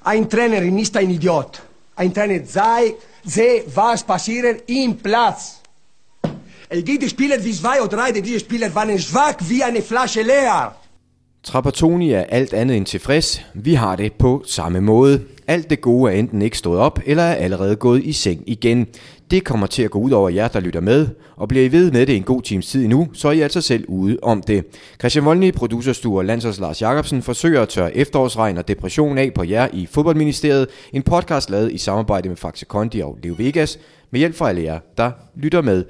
Ein Trainer ist ein Idiot. Ein Trainer sehe, was passiert im Platz. Die Spieler wie 2 oder 3, diese Spieler waren schwach wie eine Flasche leer. Trapattoni er alt andet end tilfreds. Vi har det på samme måde. Alt det gode er enten ikke stået op, eller er allerede gået i seng igen. Det kommer til at gå ud over jer, der lytter med, og bliver I ved med det en god times tid endnu, så er I altså selv ude om det. Christian Voldny, producerstue og landsholds Lars Jacobsen forsøger at tørre efterårsregn og depression af på jer i Fodboldministeriet. En podcast lavet i samarbejde med Faxe Kondi og Leo Vegas, med hjælp fra alle jer, der lytter med.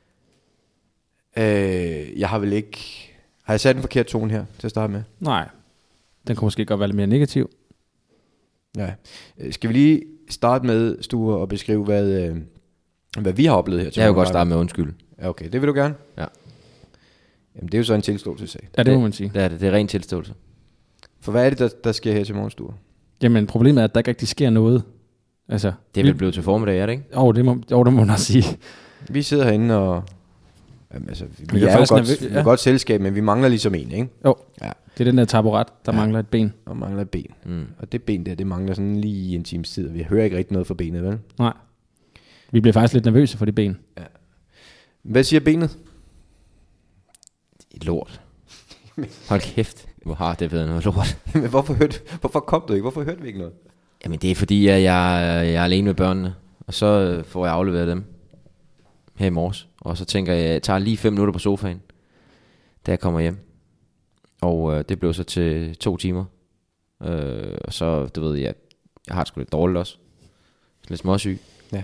Jeg har vel ikke... Har jeg sat en forkert tone her til at starte med? Nej, den kunne måske godt være lidt mere negativ. Ja. Skal vi lige starte med, Stue, og beskrive, hvad vi har oplevet her? Jeg vil godt starte med undskyld. Ja, okay. Det vil du gerne? Ja. Jamen, det er jo så en tilståelsessag. Ja, det må man sige. Det er det. Det er ren tilståelse. For hvad er det, der sker her til morgen, Stue? Jamen, problemet er, at der ikke rigtig sker noget. Altså, det er vel blevet til formiddag, er det ikke? Det må man sige. Vi sidder herinde og... Jamen, altså, vi er jo godt, godt selskab, men vi mangler ligesom en, ikke? Jo, ja. Det er den der taburet, der mangler et ben. Og mangler et ben. Og det ben der, det mangler sådan lige en times tid. Vi hører ikke rigtig noget fra benet, vel? Nej. Vi bliver faktisk lidt nervøse for det ben. Ja. Hvad siger benet? Lort. Hold kæft. Hvor har det været noget lort. Men hvorfor kom du ikke? Hvorfor hørte vi ikke noget? Jamen det er fordi, at jeg er alene med børnene. Og så får jeg afleveret dem her i morges. Og så tænker jeg tager lige 5 minutter på sofaen, da jeg kommer hjem. Og det blev så til 2 timer. Og så, du ved, jeg har det sgu lidt dårligt også. Lidt småsyg. Ja.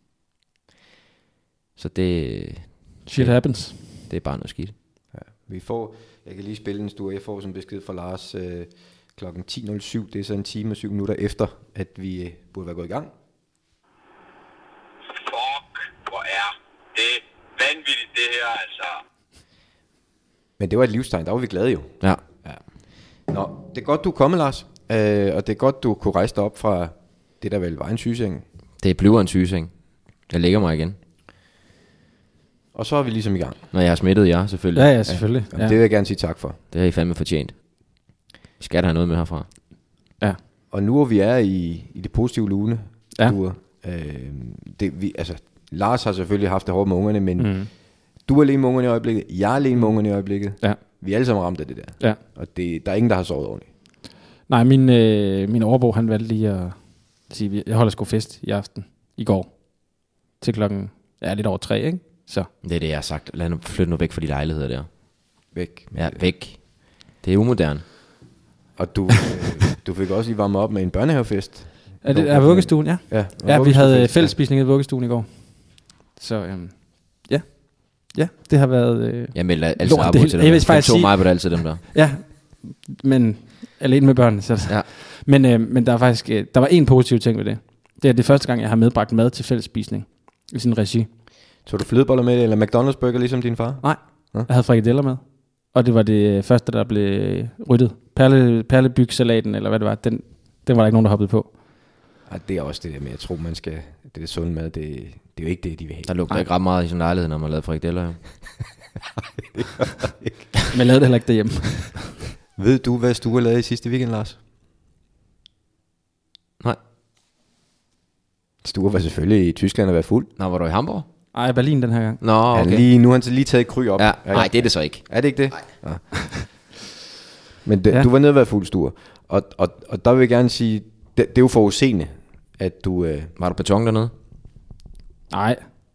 Så det... Shit happens. Det er bare noget skidt. Ja. Jeg kan lige spille en Stue. Jeg får sådan en besked fra Lars klokken 10.07. Det er så en time og 7 minutter efter, at vi burde være gået i gang. Hvor er det vanvittigt det her, altså. Men det var et livstegn, der var vi glade jo. Ja. Nå, det er godt, du er kommet, Lars. Og det er godt, du kunne rejse dig op fra det, der vel var en sygeseng. Det bliver en sygeseng. Jeg lægger mig igen. Og så er vi ligesom i gang. Når jeg har smittet jer, selvfølgelig. Ja, selvfølgelig. Ja. Det vil jeg gerne sige tak for. Det har I fandme fortjent. Vi skal da have noget med herfra. Ja. Og nu hvor vi er i det positive lune, ja. Lars har selvfølgelig haft det hårdt med ungerne, men du er alene med ungerne i øjeblikket, jeg er alene med ungerne i øjeblikket. Ja. Vi er alle sammen ramt af det der. Ja. Og der er ingen, der har sovet ordentligt. Nej, min overbo, han valgte lige at sige, jeg holder sgu fest i aften, i går, til klokken, lidt over 3, ikke? Så. Det er det, jeg har sagt. Lad nu flytte nu væk fra de lejligheder der. Væk. Ja, væk. Det er umoderne. Og du fik også lige varmet op med en børnehavefest. Er vuggestuen, ja. Ja, vi havde fællesspisning i vuggestuen i går. Så ja, det har været... Jeg melder altid abo til dem. Jeg tog mig på det altid dem der. Ja, men alene med børnene. Så. Ja. Men der er faktisk... Der var en positiv ting ved det. Det er det første gang, jeg har medbragt mad til fællesspisning i sin regi. Så du flødeboller med det, eller McDonald's burger ligesom din far? Nej, jeg havde frikadeller med. Og det var det første, der blev ryddet. Perlebyggsalaten, eller hvad det var, den var der ikke nogen, der hoppede på. Ja, det er også det der med, jeg tror, man skal... Det er sundt mad, det er jo ikke det, de vil have. Der lugter ikke ret meget i sådan en lejlighed, når man lavede frikadeller. Jo. Men lavede det heller ikke derhjemme. Ved du, hvad Stue lavede i sidste weekend, Lars? Nej. Stue var selvfølgelig i Tyskland og været fuld. Nå, var du i Hamburg? Nej, Berlin den her gang. Nå, okay. Nu har han så lige taget kry op. Ja. Nej, det er det så ikke. Er det ikke det? Nej. Ja. Men du var nede og været fuld, Stue. Og der vil jeg gerne sige, det er jo forudseende, at du... Var du beton dernede? Nej.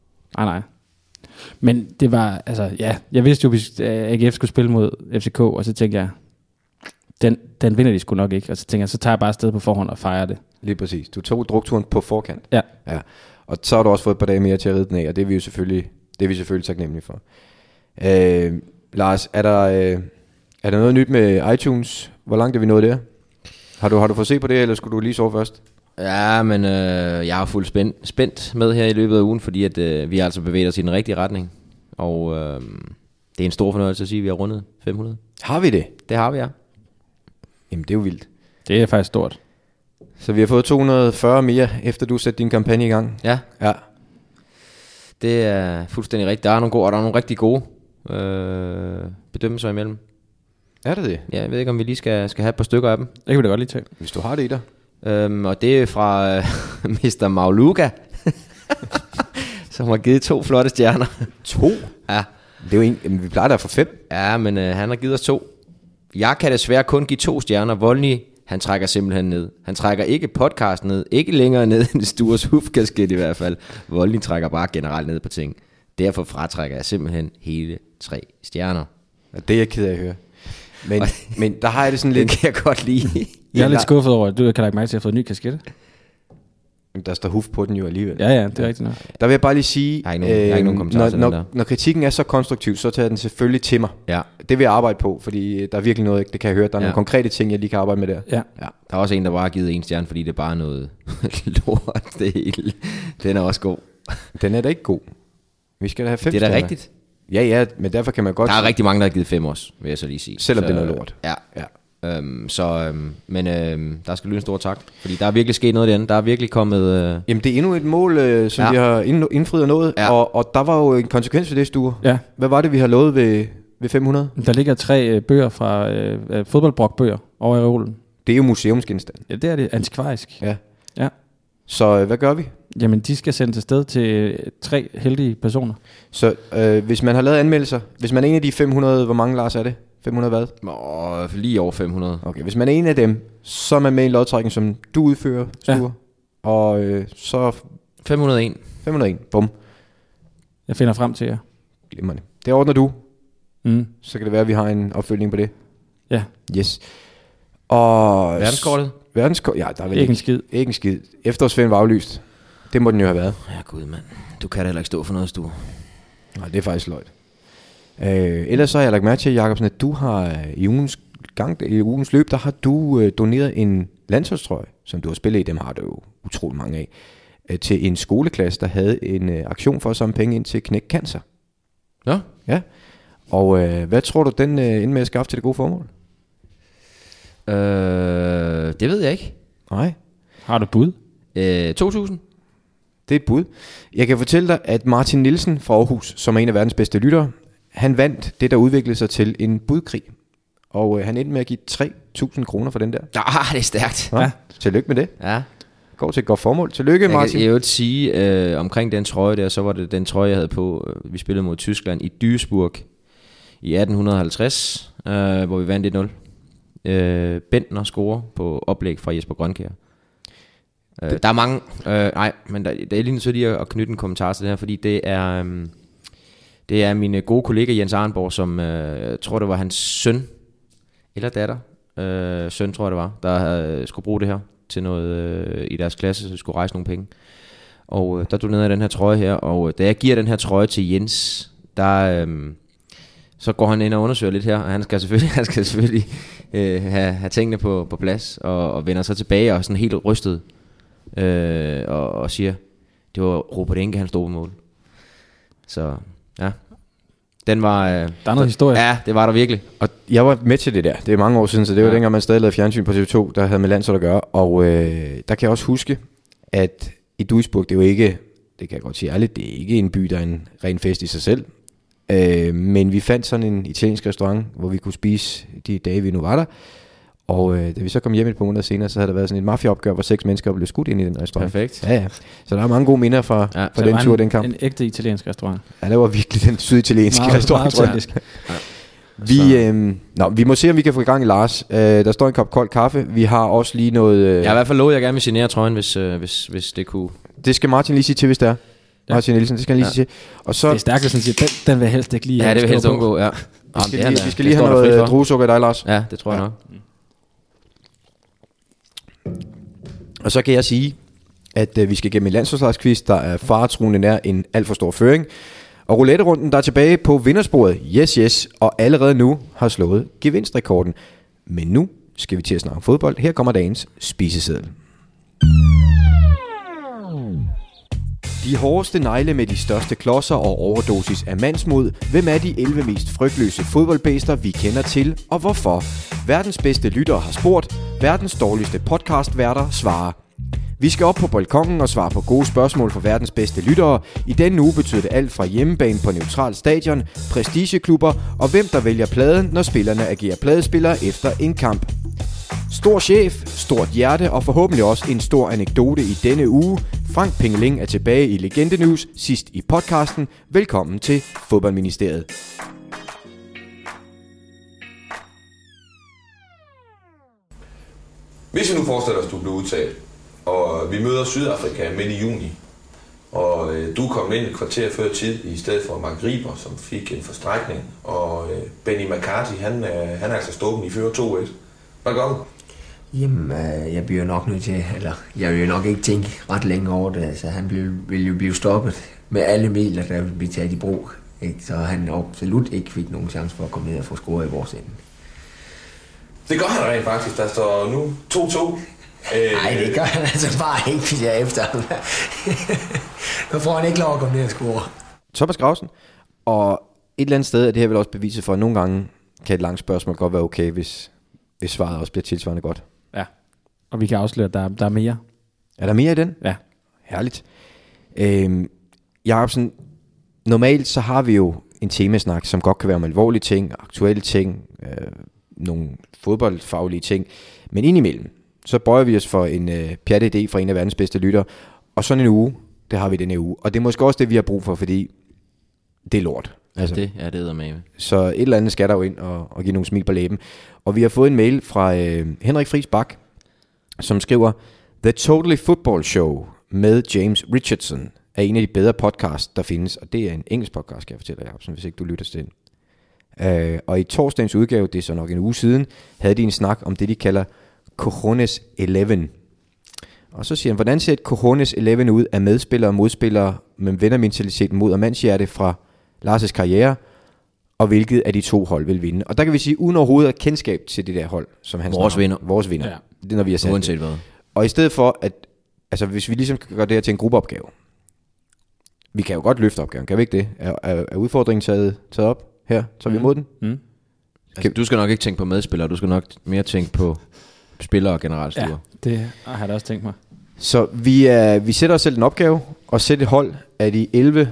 Men det var, jeg vidste jo, at AGF skulle spille mod FCK, og så tænkte jeg, den vinder de sgu nok ikke. Og så tænkte jeg, så tager jeg bare afsted på forhånd og fejrer det. Lige præcis. Du tog drukturen på forkant. Ja. Og så har du også fået et par dage mere til at ride den af, og det er vi selvfølgelig taknemmelige for. Lars, er der noget nyt med iTunes? Hvor langt er vi nået der? Har du fået se på det, eller skulle du lige sove først? Ja, men jeg er fuldt spændt med her i løbet af ugen, fordi at vi altså bevæger os i den rigtige retning. Og det er en stor fornøjelse at sige, at vi har rundet 500. Har vi det? Det har vi, ja. Jamen, det er jo vildt. Det er faktisk stort. Så vi har fået 240 mere, efter du satte din kampagne i gang? Ja. Det er fuldstændig rigtigt. Der er nogle rigtig gode bedømmelser imellem. Er det det? Ja, jeg ved ikke, om vi lige skal have et par stykker af dem. Det kan vi da godt lige tage. Hvis du har det i dig. Og det er fra Mr. Mauluga, som har givet 2 flotte stjerner. 2? Ja. Det er jo en, vi plejer da for 5. Ja, men han har givet os 2. Jeg kan desværre kun give 2 stjerner. Volny, han trækker simpelthen ned. Han trækker ikke podcasten ned. Ikke længere ned end Stures hufkasket i hvert fald. Volny trækker bare generelt ned på ting. Derfor fratrækker jeg simpelthen hele 3 stjerner. Det er jeg ked af at høre. Men der har jeg det sådan lidt... Det kan jeg godt lide. Jeg er lidt skuffet over, at du kan ikke mærke til at have fået en ny kasket. Der står huf på den jo alligevel. Ja, det er rigtigt nok. Der vil jeg bare lige sige, jeg har ikke nogen kommentarer til den der. Når kritikken er så konstruktiv, så tager jeg den selvfølgelig til mig. Ja. Det vil jeg arbejde på, fordi der er virkelig noget, det kan jeg høre. Der er nogle konkrete ting, jeg lige kan arbejde med der. Ja. Der er også en, der bare har givet 1 stjerne, fordi det er bare noget lort. Det hele. Den er også god. Den er da ikke god. Vi skal da have 5 Det er da stjerner. rigtigt. Ja, men derfor kan man godt... Der er rigtig mange, der har givet 5 også, vil jeg så lige sige. Selvom det er noget lort. Ja. Men der skal lyde en stor tak, fordi der er virkelig sket noget derinde. Der er virkelig kommet... Jamen det er endnu et mål, som vi har indfriet og nået. Ja. Og der var jo en konsekvens for det, Sture. Ja. Hvad var det, vi har lovet ved 500? Der ligger 3 bøger fra fodboldbrokbøger over i reolen. Det er jo museumsgenstand. Ja, det er det. Antikvarisk. Ja. Ja. Så hvad gør vi? Jamen, de skal sendes afsted til 3 heldige personer. Så hvis man har lavet anmeldelser, hvis man er en af de 500, hvor mange, Lars, er det? 500 hvad? Lige over 500. Okay, hvis man er en af dem, så er man med i en lodtrækning, som du udfører, Sture. Ja. Og så... 501. 501, bum. Jeg finder frem til jer. Glimrende. Det ordner du. Mm. Så kan det være, at vi har en opfølgning på det. Ja. Yes. Og... Verdenskortet? Ja, der er vel ikke en skid. Ikke en skid. Efterårsferien var aflyst. Det må den jo have været. Ja, gud mand. Du kan da heller ikke stå for noget, Stue. Nej, det er faktisk løjt. Ellers så har jeg lagt mærke til, Jacobsen, at du har i ugens løb, der har du doneret en landsholdstrøje, som du har spillet i. Dem har du jo utrolig mange af. Til en skoleklasse, der havde en aktion for at samle penge ind til Knæk Cancer. Ja. Ja. Og hvad tror du, den ender med at skaffe til det gode formål? Det ved jeg ikke. Nej. Har du bud? 2.000. Det er et bud. Jeg kan fortælle dig, at Martin Nielsen fra Aarhus, som er en af verdens bedste lyttere, han vandt det, der udviklede sig til en budkrig. Og han endte med at give 3.000 kroner for den der. Det er stærkt. Ja. Tillykke med det. Ja. Går til et godt formål. Tillykke, Martin. Jeg vil sige, omkring den trøje der, så var det den trøje, jeg havde på. Vi spillede mod Tyskland i Duisburg i 1850, hvor vi vandt 1-0. Bentner scorer på oplæg fra Jesper Grønkjær. Der er mange... men det er lige nødt til at knytte en kommentar til det her, fordi det er min gode kollega Jens Arnborg, som tror det var hans søn, eller datter, søn tror jeg det var, der skulle bruge det her til noget i deres klasse, så vi skulle rejse nogle penge. Og der donerede jeg den her trøje her, og da jeg giver den her trøje til Jens, så går han ind og undersøger lidt her, og han skal selvfølgelig have tingene på plads, og vender så tilbage og sådan helt rystet, og siger, det var Robert Enke, han stod på mål. Så ja, den var... der er noget historie. Ja, det var der virkelig. Og jeg var med til det der. Det er mange år siden, så det var dengang, man stadig lavede fjernsyn på TV2, der havde med landshold at gøre. Og der kan jeg også huske, at i Duisburg, det er jo ikke, det kan jeg godt sige ærligt, det er ikke en by, der er en ren fest i sig selv. Men vi fandt sådan en italiensk restaurant, hvor vi kunne spise de dage, vi nu var der. Og da vi så kom hjem et par måneder senere, så havde der været sådan et mafiaopgør, hvor 6 mennesker blev skudt ind i den restaurant. Perfekt. Ja. Så der er mange gode minder fra den tur, den kamp. En ægte italiensk restaurant. Ja, det var virkelig den syditalienske restaurant, tror jeg. Vi må se, om vi kan få i gang i Lars. Der står en kop kold kaffe. Vi har også lige noget... Jeg har i hvert fald lovet, at jeg gerne vil signere trøjen, hvis det kunne... Det skal Martin lige sige til, hvis det er. Ja. Martin Nielsen, det skal han lige sige til. Og så... Det er stærkt, hvis han siger, den vil jeg helst ikke lige... Ja, det vil helst undgå, ja. Vi skal lige have noget druesukker i dig, Lars. Ja, det tror jeg nok. Og så kan jeg sige, at vi skal gennem en landsholdsquiz, der er faretruende nær en alt for stor føring. Og roulette-runden, der er tilbage på vindersporet. Yes, og allerede nu har slået gevinstrekorden. Men nu skal vi til at snakke om fodbold. Her kommer dagens spiseseddel. De hårdeste negle med de største klodser og overdosis af mandsmod. Hvem er de 11 mest frygtløse fodboldbæster, vi kender til, og hvorfor? Verdens bedste lyttere har spurgt. Verdens dårligste podcastværter svarer. Vi skal op på balkongen og svare på gode spørgsmål fra verdens bedste lyttere. I denne uge betyder det alt fra hjemmebane på neutralt stadion, prestigeklubber og hvem der vælger pladen, når spillerne agerer pladespillere efter en kamp. Stor chef, stort hjerte og forhåbentlig også en stor anekdote i denne uge. Frank Pengeling er tilbage i Legende News, sidst i podcasten. Velkommen til Fodboldministeriet. Hvis vi nu forestiller os, at du bliver udtaget, og vi møder Sydafrika midt i juni, og du kom ind et kvarter før tid i stedet for Mark Riber, som fik en forstrækning, og Benny McCarthy, han er altså stået i før 2-1. Hvad gør du? Jamen, jeg bliver nok nødt til, eller jeg vil jo nok ikke tænke ret længe over det. Altså, han vil jo blive stoppet med alle midler, der vil blive taget i brug. Ikke? Så han absolut ikke fik nogen chance for at komme ned og få scoret i vores ende. Det gør han rent faktisk. Der står nu 2-2. Nej, det gør han altså bare ikke, hvis jeg er efter ham. Nu får han ikke lov at komme ned og score. Thomas Gravesen. Og et eller andet sted er det her vel også beviset for, at nogle gange kan et langt spørgsmål godt være okay, hvis svaret også bliver tilsvarende godt. Ja, og vi kan afsløre, at der er mere. Er der mere i den? Ja. Herligt. Jacobsen, normalt så har vi jo en temasnak, som godt kan være om alvorlige ting, aktuelle ting, nogle fodboldfaglige ting, men indimellem, så bøjer vi os for en pjat idé fra en af verdens bedste lyttere, og sådan en uge, det har vi denne uge, og det er måske også det, vi har brug for, fordi det er lort. Altså. Det er det med. Så et eller andet skal der jo ind og give nogle smil på læben. Og vi har fået en mail fra Henrik Friis Bak, som skriver: The Totally Football Show med James Richardson er en af de bedre podcasts, der findes. Og det er en engelsk podcast, kan jeg fortælle dig, hvis ikke du lytter til den. Og i torsdagens udgave, det er så nok en uge siden, havde de en snak om det, de kalder Cojones 11. Og så siger han: hvordan ser et Cojones 11 ud af medspillere og modspillere med vennermentalitet mod og mandshjerte fra Lars' karriere, og hvilket af de to hold vil vinde. Og der kan vi sige, uden overhovedet at kendskab til det der hold, som han vores vinder. Vores vinder. Ja. Det er, når vi har sat uanset hvad. Og i stedet for, at altså, hvis vi ligesom gør det her til en gruppeopgave, vi kan jo godt løfte opgaven, kan vi ikke det? Er udfordringen taget op her? Tager vi imod den? Mm. Altså, du skal nok ikke tænke på medspillere, du skal nok mere tænke på spillere og generalstyre. Ja, det har jeg da også tænkt mig. Så vi sætter os selv en opgave, og sætter et hold af de 11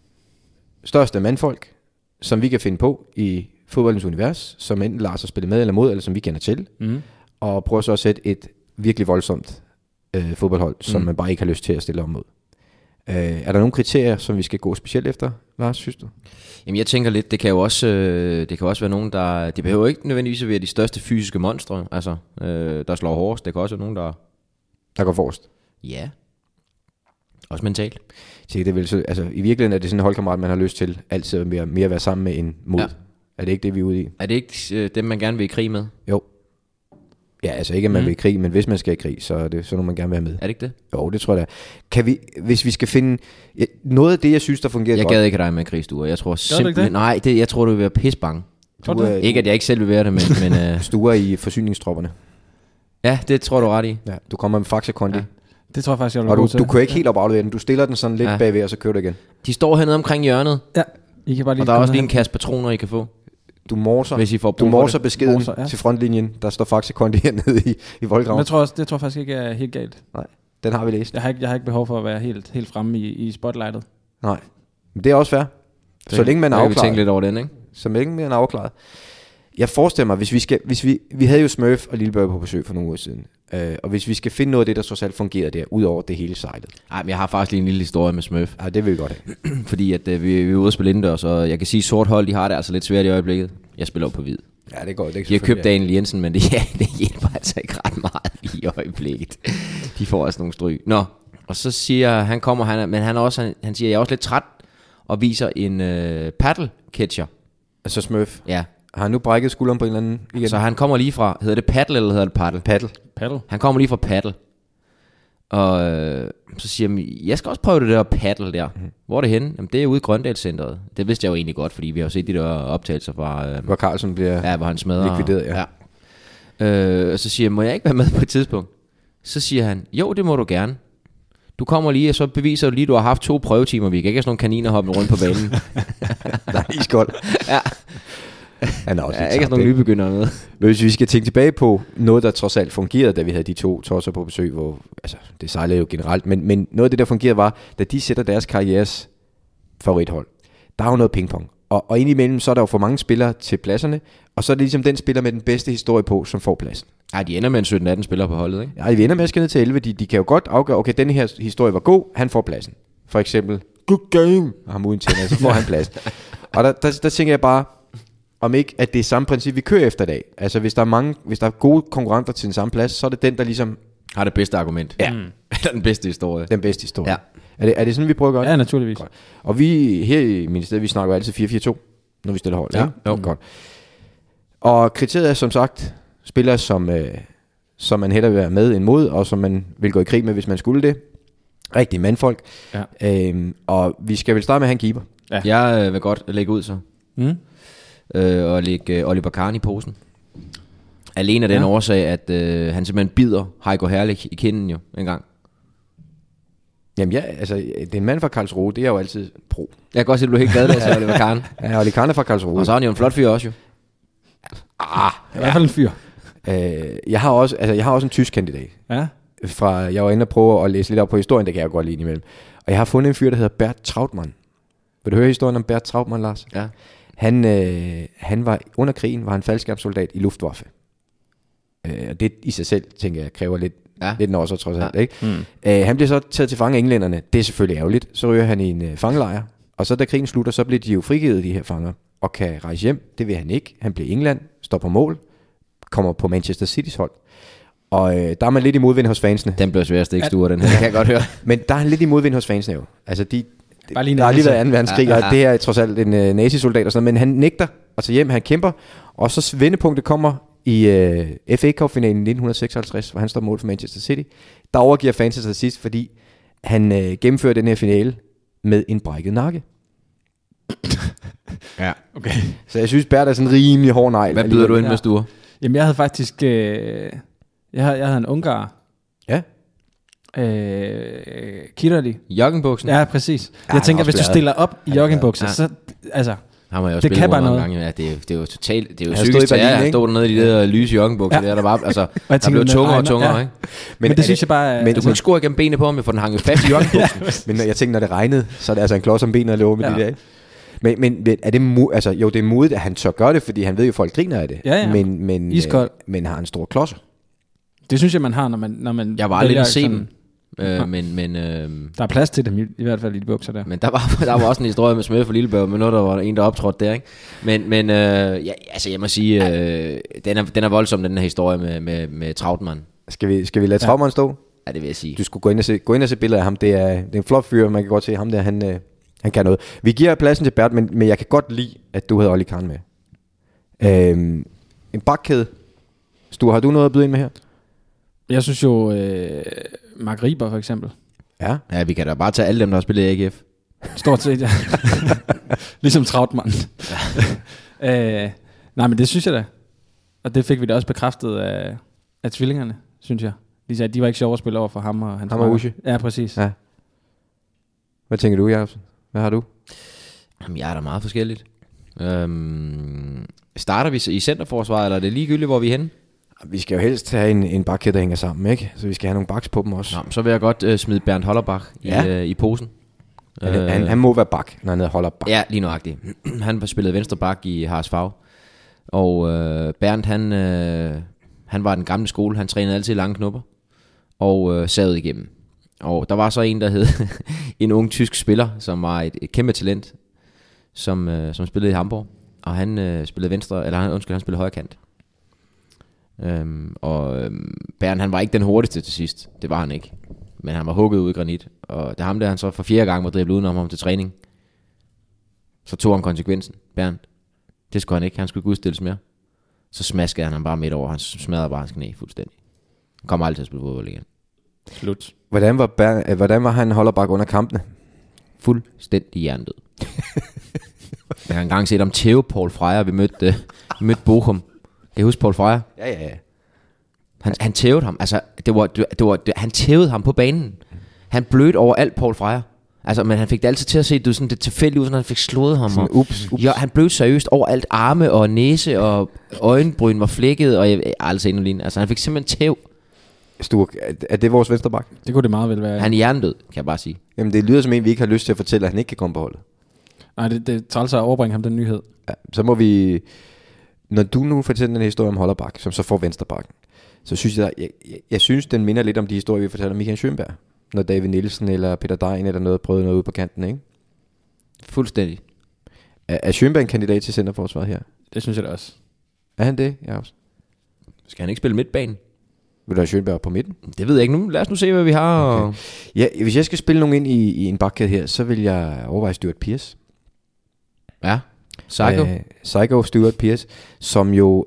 største mandfolk, som vi kan finde på i fodboldens univers, som enten Lars har spillet med eller mod, eller som vi kender til, og prøver så at sætte et virkelig voldsomt fodboldhold, som man bare ikke har lyst til at stille om mod. Er der nogle kriterier, som vi skal gå specielt efter, Lars, synes du? Jamen jeg tænker lidt, det kan jo også være nogen, der... Det behøver ikke nødvendigvis at være de største fysiske monstre, altså, der slår hårdest. Det kan også være nogen, der går forrest. Ja. Også mentalt. Det er vel så, altså, i virkeligheden er det sådan en holdkammerat, man har lyst til altid mere at være sammen med end mod. Ja. Er det ikke det, vi er ude i? Er det ikke dem, man gerne vil i krig med? Jo. Ja, altså ikke, at man vil i krig, men hvis man skal i krig, så er det sådan, man gerne vil have med. Er det ikke det? Jo, det tror jeg da. Kan vi, hvis vi skal finde... noget af det, jeg synes, der fungerer godt... Jeg gad ikke dig med krigsstuer. Jeg tror simpelthen... Nej, jeg tror, du vil være pisbange. Ikke, at jeg ikke selv vil være det, men stuer i forsyningstropperne. Ja, det tror du ret i. Ja, du kommer med Faxe Kondi. Ja. Det tror jeg faktisk, jeg vil og du kører ikke helt op aflevere den. Du stiller den sådan lidt bagved, og så kører du igen. De står hernede omkring hjørnet. Ja. I kan bare lige og der er også lige en kasse patroner, I kan få. Du morser beskeden til frontlinjen. Der står Faxe Kondi hernede i voldgraven. Det tror jeg faktisk ikke er helt galt. Nej, den har vi læst. Jeg har ikke behov for at være helt fremme i spotlightet. Nej, men det er også fair. Så længe man er afklaret. Vi tænke lidt over den, ikke? Så længe man er afklaret. Jeg forestiller mig, hvis vi havde jo Smurf og Lillebørge på besøg for nogle uger siden, og hvis vi skal finde noget af det, der trods alt fungerer der, ud over det hele sejlet. Nej, men jeg har faktisk lige en lille historie med Smurf. Ja, det vil vi godt have. Fordi at vi er ude at spille indendørs, og jeg kan sige, sort hold, de har det altså lidt svært i øjeblikket. Jeg spiller jo på hvid. Ja, det går ikke. De har købt Daniel Jensen, men det hjælper altså ikke ret meget i øjeblikket. De får altså nogle stryg. Nå, og så siger han siger, jeg er også lidt træt, og viser en paddle catcher. Altså Smurf? Ja. Har han nu brækket skulderen på en eller anden igen? Så han kommer lige fra, hedder det paddle eller hedder det paddle? Paddle. Han kommer lige fra paddle. Og så siger han, jeg skal også prøve det der paddle der. Hvor er det henne? Jamen det er ude i Grøndalscenteret. Det vidste jeg jo egentlig godt, fordi vi har jo set de der optagelser fra... hvor Carlsen bliver hvor han smadrer, likvideret, ja. Og så siger jeg, må jeg ikke være med på et tidspunkt? Så siger han, jo det må du gerne. Du kommer lige, og så beviser du lige, at du har haft 2 prøvetimer. Vi kan ikke have sådan nogle kaniner hoppende rundt på banen. Der er iskold. Ja. Han er også ikke sådan nogle nybegyndere med. Men hvis vi skal tænke tilbage på noget, der trods alt fungerede, da vi havde de 2 tosser på besøg, hvor, altså det sejlede jo generelt, men noget af det, der fungerede var, da de sætter deres karrieres favorithold, der er jo noget pingpong. Og indimellem, så er der jo for mange spillere til pladserne, og så er det ligesom den spiller med den bedste historie på, som får pladsen. Ja, de ender med en 17-18 spillere på holdet, ikke? Ja, de ender med at skal ned til 11. De kan jo godt afgøre, okay, denne her historie var god, han får pladsen. For eksempel, good game, og ham uden tænder, så får han pladsen. Og der tænker jeg bare, om ikke, at det er samme princip, vi kører efter i dag. Altså, hvis der er gode konkurrenter til den samme plads, så er det den, der ligesom har det bedste argument. Ja. Eller den bedste historie. Den bedste historie. Ja. Er det sådan, vi prøver at gøre det? Ja, naturligvis. Godt. Og vi her i ministeriet, vi snakker jo altid 4-4-2, når vi stiller hold. Ja. Jo. Godt. Og kriteriet er som sagt, spillere som man hellere vil være med end mod, og som man vil gå i krig med, hvis man skulle det. Rigtig mandfolk. Ja. Og vi skal vel starte med at have en keeper. Ja. Jeg vil godt lægge ud så. Og lægge Oliver Kahn i posen. Alene af den årsag, at han simpelthen bider Heiko Herrlich i kinden jo en gang. Jamen ja, altså det er en mand fra Karlsruhe, det er jo altid pro. Jeg kan godt se, at du er helt glad der, så Oliver Kahn. Ja, Oliver Kahn er fra Karlsruhe. Og så er han jo en flot fyr også jo. I hvert fald en fyr. Jeg har også en tysk kandidat. Ja. Jeg var inde og prøve at læse lidt op på historien, det kan jeg godt lide imellem. Og jeg har fundet en fyr, der hedder Bert Trautmann. Vil du høre historien om Bert Trautmann, Lars? Ja. Han var under krigen, var han faldskærmssoldat i Luftwaffe. Og det i sig selv, tænker jeg, kræver lidt også trods alt, ikke? Han bliver så taget til fange af englænderne. Det er selvfølgelig ærgerligt. Så ryger han i en fangelejr. Og så da krigen slutter, så bliver de jo frigivet, de her fanger, og kan rejse hjem. Det vil han ikke. Han bliver i England, står på mål, kommer på Manchester City's hold. Og der er man lidt i modvind hos fansene. Den bliver sværest ikke stuer, den her, kan jeg godt høre. Men der er han lidt i modvind hos fansene jo. Altså der har lige været 2. verdenskrig, og det er trods alt en nazisoldat og sådan noget, men han nægter at tage hjem, han kæmper, og så vendepunktet kommer i FA Cup-finalen 1956, hvor han står mål for Manchester City. Der overgiver fansene sig sidst, fordi han gennemfører den her finale med en brækket nakke. Ja, okay. Så jeg synes, Bert er sådan en rimelig hård negl. Hvad byder du ind med, Sture? Jamen, jeg havde faktisk... jeg havde en ungar. Ja. Kitterly. Joggingbuksen? Ja, præcis. Jeg tænker, hvis du stiller op i joggingbukser, så... Altså, det kan bare noget. Gange. Ja, det er jo totalt... Det er jo psykisk terror. Jeg stod dernede i de der lyse joggingbukser. Der bare... Altså, der blev tungere og tungere, ikke? Men det synes jeg bare... Men du kunne ikke score igennem benene på ham, for den hang jo fast i joggingbuksen. Men jeg tænker, når det regnede, så er det altså en klods om benet at løbe med de der. Men er det det er modigt, at han tør gøre det, fordi han ved jo, at folk griner af det. Ja. Men har han store klodser? Det synes jeg, man har, når man jeg var aldrig inde at se dem. Der er plads til dem i hvert fald i de bukser der. Men der var også en historie med Smøge for Lillebørg, med noget, der var en, der optrådte der, ikke? Men jeg må sige, den er voldsom, den her historie med Trautmann. Skal vi lade Trautmann stå? Ja, det vil jeg sige. Du skulle gå ind og se billeder af ham. Det er en flot fyr, man kan godt se ham der, han kan noget. Vi giver pladsen til Bert, men jeg kan godt lide, at du havde Oli Kahn med. En bakkæde. Sture, har du noget at byde ind med her? Jeg synes jo, Mark Riber for eksempel. Ja, vi kan da bare tage alle dem, der har spillet i AGF. Stort set, ja. Ligesom Trautmann. Nej, men det synes jeg da. Og det fik vi da også bekræftet af tvillingerne, synes jeg. De sagde, at de var ikke sjove at spille over for ham og hans ham og Usche. Ja, præcis. Ja. Hvad tænker du, Jacobsen? Hvad har du? Jamen, jeg er da meget forskelligt. Starter vi i centerforsvaret, eller er det ligegyldigt, hvor vi er henne? Vi skal jo helst have en bakkæde, der hænger sammen, ikke? Så vi skal have nogle baks på dem også. Nå, så vil jeg godt smide Bernd Hollerbach i posen. Han må være bak, når han hedder Hollerbach. Ja, lige nøjagtigt. Han spillede venstre bak i Harsfag. Og Bernd, han var den gamle skole. Han trænede altid lange knupper. Og savede igennem. Og der var så en, der hed en ung tysk spiller, som var et kæmpe talent, som spillede i Hamburg. Og han spillede venstre, eller han spillede højre kant. Bernd, han var ikke den hurtigste til sidst. Det var han ikke. Men han var hugget ud i granit. Og det ham der, han så for 4. gang var driblet udenom ham til træning. Så tog han konsekvensen. Bernd, det skulle han ikke. Han skulle ikke udstilles mere. Så smaskede han ham bare midt over. Han smadrede bare hans knæ fuldstændig. Han kom aldrig til at spille fodbold igen. Slut. Hvordan var han Hollerbach under kampene? Fuldstændig hjernedød. Jeg har engang set om Theo Paul Freyer. Vi mødte Bochum. Kan I huske Paul Freyer? Ja. Han tævede ham. Altså, han tævede ham på banen. Han blødte over alt Paul Freyer. Altså, men han fik det altid til at se det sådan det tilfældigt ud, sådan han fik slået ham. Sådan, ups. Ja, han blødte seriøst over alt, arme og næse og øjenbryn var flækket, og jeg aldrig set noget lignende. Altså, han fik simpelthen tæv. Sture, er det vores venstreback? Det kunne det meget vel være. Han er hjernedød, kan jeg bare sige. Jamen, det lyder som en, vi ikke har lyst til at fortælle, at han ikke kan komme på holdet. Nej, det træls at overbringe ham den nyhed. Ja, så må vi... Når du nu fortæller den historie om Hollerbak, som så får venstrebakken, så synes jeg synes, den minder lidt om de historier, vi fortæller om Michael Schönberg. Når David Nielsen eller Peter Dein eller noget prøvede noget ude på kanten, ikke? Fuldstændig. Er Schönberg en kandidat til centerforsvaret her? Det synes jeg da også. Er han det? Ja, også. Skal han ikke spille midtbanen? Vil du have Schönberg på midten? Det ved jeg ikke nu. Lad os nu se, hvad vi har. Okay. Ja, hvis jeg skal spille nogen ind i en bakkæde her, så vil jeg overveje Stuart Pearce. Ja, Psycho. Psycho Stuart Pearce, som jo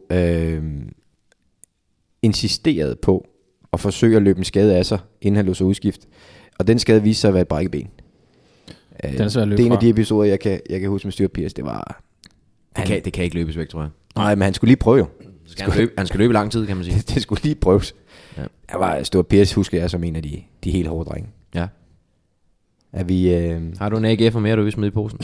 insisterede på at forsøge at løbe en skade af sig, inden han lå sig udskift. Og den skade viste sig at være et brækkeben. Den er svær at løbe det er en af fra. de episoder, jeg kan huske med Stuart Pearce. Det var... Det kan ikke løbes væk, tror jeg. Nej, men han skulle lige prøve jo. Han skal løbe lang tid, kan man sige. Det skulle lige prøves. Ja. Jeg var Stuart Pearce, husker jeg, som en af de helt hårde drenge. Ja. Er vi... Har du en AGF'er mere, du vil smide i posen?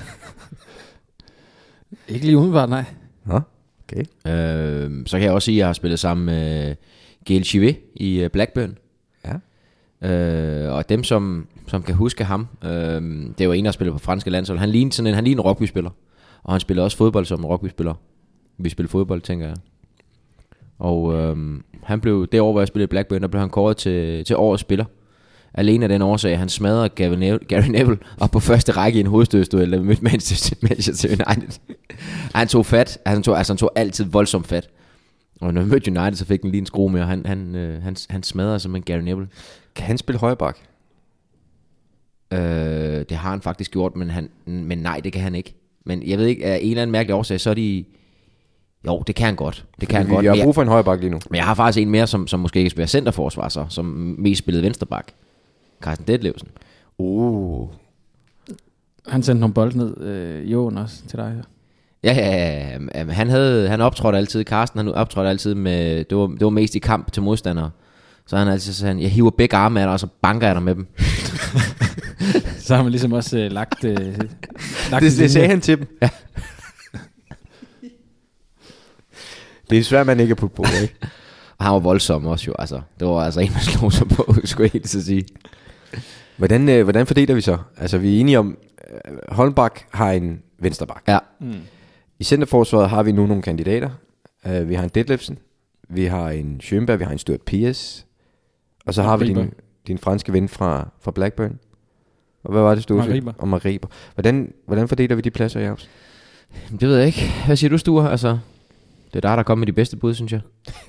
Ikke lige umiddelbart, nej. Nå, okay. Så kan jeg også sige, at jeg har spillet sammen med Gaël Chivet i Blackburn. Ja. Og dem, som kan huske ham, det var en, der spillede på franske landshold. Han lignede en rugbyspiller. Og han spillede også fodbold som rugbyspiller. Vi spillede fodbold, tænker jeg. Og han blev, det år, hvor jeg spillede i Blackburn, der blev han kåret til årets spiller. Alene af den årsag, han smadrede Gary Neville op på første række i en hovedstødsduel, der mødte Manchester United. Han tog fat, han tog altid voldsomt fat. Og når han mødte United, så fik han lige en skrue med, og han smadrede simpelthen Gary Neville. Kan han spille højreback? Det har han faktisk gjort, men nej, det kan han ikke. Men jeg ved ikke, af en eller anden mærkelig årsag, så er de... Jo, det kan han godt. Det kan han godt. Jeg har brug for en højreback lige nu. Men jeg har faktisk en mere, som måske ikke spiller centerforsvar, så, som mest spillede venstreback. Carsten Detlevsen. Han sendte nogle bold ned, Jon også, til dig. Ja, han optrådte altid, Carsten, han optrådte altid med, det var mest i kamp til modstandere. Så han altid sådan, jeg hiver begge arme af dig, og så banker jeg dig med dem. Så har man ligesom også lagt det sagde han til dem. Ja. Det er svært, man ikke er putt på, ikke? Og han var voldsom også jo, altså. Det var altså en, man slog sig på, skulle jeg helt så sige. Hvordan fordeler vi så? Altså, vi er enige om, Holmbak har en vensterbak. Ja. I centerforsvaret har vi nu nogle kandidater. Vi har en Detlevsen, vi har en Schönberg, vi har en Stuart Pearce, og så har vi din franske ven fra Blackburn. Og hvad var det, Stue? Og Mariber. Hvordan fordeler vi de pladser, Jacobs? Det ved jeg ikke. Hvad siger du, Stue? Altså, det er der kommer med de bedste bud, synes jeg.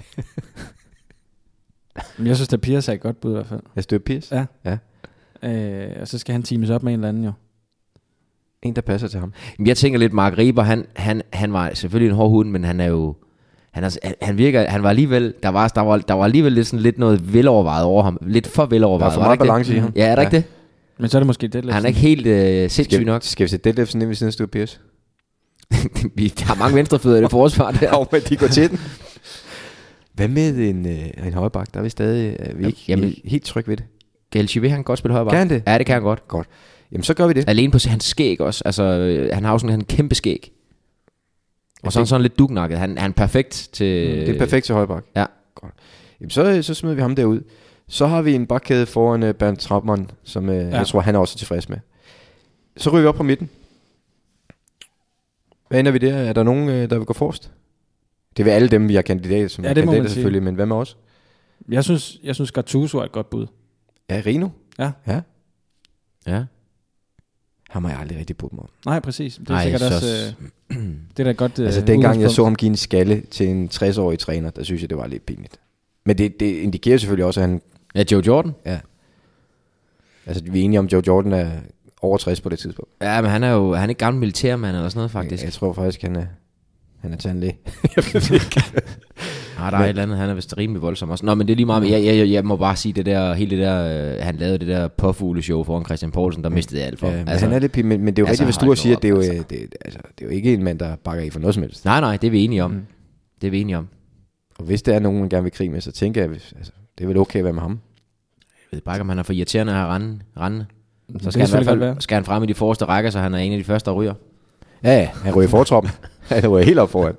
Jeg synes, at Pearce er et godt bud i hvert fald. Jeg Stuart Pearce? Ja. Og så skal han teames op med en eller anden jo. En, der passer til ham. Jeg tænker lidt, Mark Riber, han var selvfølgelig en hård hund, men han er jo... Han virker, han var alligevel, der var alligevel lidt noget velovervejet over ham. Lidt for velovervejet. Der er for meget balance i ham. Ja, er der ikke det? Men så er det måske Detlefsen. Han er ikke helt sindssyg nok. Skal vi sætte Detlefsen ind ved siden af Stuart Pearce? Vi har mange venstrefødder i det forsvar der. Jo, men de går til den. Hvad med en højrebak? Der er vi stadig ikke helt tryg ved det. Gaël Chivet, han kan godt spille højrebak. Kan han det? Ja, det kan han godt. Godt. Jamen, så gør vi det. Alene på hans skæg også. Altså, han har jo sådan en kæmpe skæg. Og så er han sådan lidt dugnakket. Han er perfekt til... Det er perfekt til højrebak. Ja. Godt. Jamen, så smider vi ham derud. Så har vi en bakkæde foran Bernd Trappmann, som jeg tror, han er også tilfreds med. Så ryger vi op på midten. Hvad ender vi der? Er der nogen, der vil gå forrest? Det vil alle dem, vi har kandidater, som er kandidater selvfølgelig, men hvad med os? Jeg synes Gattuso er et godt bud. Ja, Rino? Ja. Ham har jeg aldrig rigtig budt mig om. Nej, præcis. Det er sikkert også... det er da godt... altså, dengang jeg så ham give en skalle til en 60-årig træner, der synes jeg, det var lidt pinligt. Men det indikerer selvfølgelig også, at han... Ja, Joe Jordan? Ja. Altså, vi er enige om, Joe Jordan er over 60 på det tidspunkt. Ja, men han er ikke gammel militærmand eller sådan noget, faktisk. Jeg tror faktisk, han er tandlæge. Der er et eller andet, han er vist rimelig voldsom også. Nå, men det er lige meget, jeg må bare sige, han lavede det der påfugleshow foran Christian Poulsen, der mistede det alt for. Ja, altså, han er lidt men det er jo rigtigt, hvis du siger, at det er jo ikke en mand, der bakker i for noget som helst. Nej, det er vi enige om. Det er vi enige om. Og hvis der er nogen, man gerne vil krige med, så tænker jeg, det er vel okay at være med ham. Jeg ved bare ikke, om han er for irriterende her rende. Så skal han i hvert fald skal frem i de forreste rækker, så han er en af de første, der ryger. Ja, han ryger i fortroppen. Han ryger helt op foran.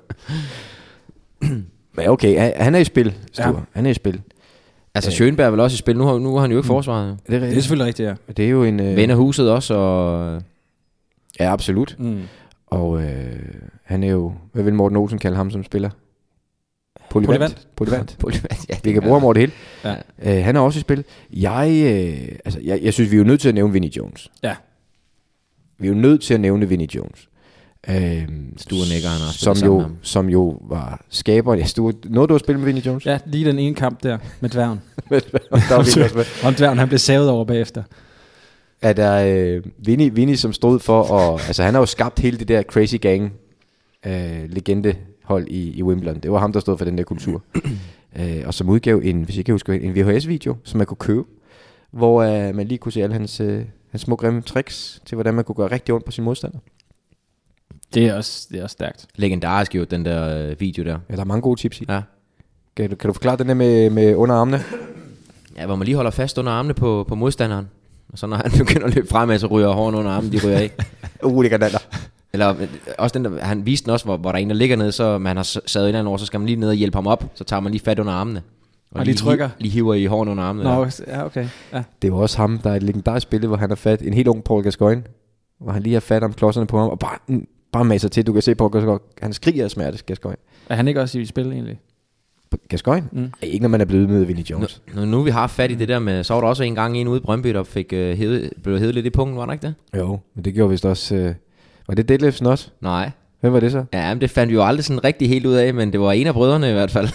Men okay, han er i spil, Sture. Ja. Han er i spil. Altså Schönberg er vel også i spil. Nu har han jo ikke forsvaret. Det er selvfølgelig rigtigt, ja. Det er jo en... Ven af huset også, og... Ja, absolut. Og han er jo, hvad vil Morten Olsen kalde ham som spiller? Polyvant. Ja, Vi kan bruge ham over det hele. Ja. Han er også i spil. Jeg synes, vi er jo nødt til at nævne Vinnie Jones. Ja. Vi er jo nødt til at nævne Vinnie Jones. Stuernækker, han har som jo var skaber. Ja, noget du har spillet med Vinnie Jones? Ja, lige den ene kamp der med dværgen. Og dværgen, han blev savet over bagefter. Er der Vinnie, som stod for at... Altså, han har jo skabt hele det der Crazy Gang legendehold i Wimbledon. Det var ham, der stod for den der kultur. Og som udgav hvis jeg kan huske, en VHS-video, som man kunne købe, hvor man lige kunne se alle hans små grimme tricks til, hvordan man kunne gøre rigtig ondt på sin modstander. Det er også stærkt. Legendarisk jo, den der video der. Ja, der er mange gode tips i. Ja. Kan du forklare den der med under armene? Ja, hvor man lige holder fast under armene på modstanderen. Og så når han begynder at løbe fremad, så ryger hårene under armen, de ryger af. Det kan der. Eller også den der, han viste den også, hvor der er en, der ligger nede, så man har sad et eller andet over, så skal man lige ned og hjælpe ham op. Så tager man lige fat under armene. Og lige trykker. Lige hiver i hårene under armene. Nå, ja, okay. Ja. Det var også ham, der er et legendarisk billede, hvor han har fat en helt ung Paul Gascoigne, hvor han lige har fat om klodserne på ham, og bare masser til. Du kan se Paul Gascoigne, han skriger af smerte, Gascoigne. Er han ikke også i spil egentlig? Gascoigne? Ikke når man er blevet med Vinnie Jones. Nu vi har fat i det der med, så var der også en gang ude i Brøndby, der blev hævet lidt i punkten, var der ikke det? Jo, men det gjorde vist også... var det Detlefsen også? Nej. Hvem var det så? Ja, men det fandt vi jo aldrig sådan rigtig helt ud af, men det var en af brødrene i hvert fald.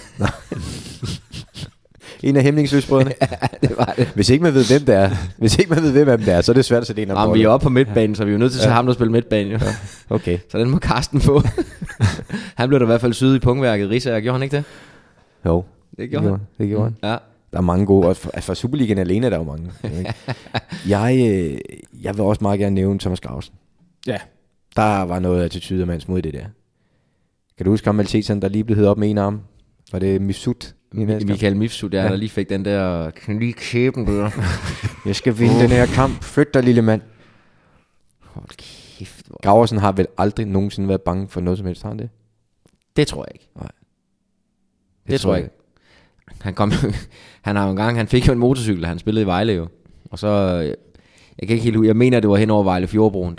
En af Hemmingsløsbrødrene? Ja, det var det. Hvis ikke man ved, hvem det er, så er det svært at sætte en af vi er oppe på midtbanen, så vi er jo nødt til at se ham, der spiller midtbanen. Jo. Ja. Okay. Så den må Karsten få. Han blev da i hvert fald syet i punktværket. Risager, gjorde han ikke det? Jo, det gjorde han. Det gjorde han. Ja. Der er mange gode, også for Superligaen alene er der jo mange. Jeg vil også meget gerne nævne Thomas Gravesen. Ja. Der var noget attitude af mands mod i det der. Kan du huske ham Malteseren, der lige blev heddet op med en arm? Var det Mifsud? Michael Mifsud, der lige fik den der lige kæben der. Jeg skal vinde den her kamp. Flyt dig, lille mand. Hold kæft. Graversen har vel aldrig nogensinde været bange for noget som helst, har han det? Det tror jeg ikke. Nej. Det tror jeg ikke. Han fik jo en motorcykel, han spillede i Vejle jo. Og så, jeg kan ikke helt ud, jeg mener det var hen over Vejle Fjordbroen,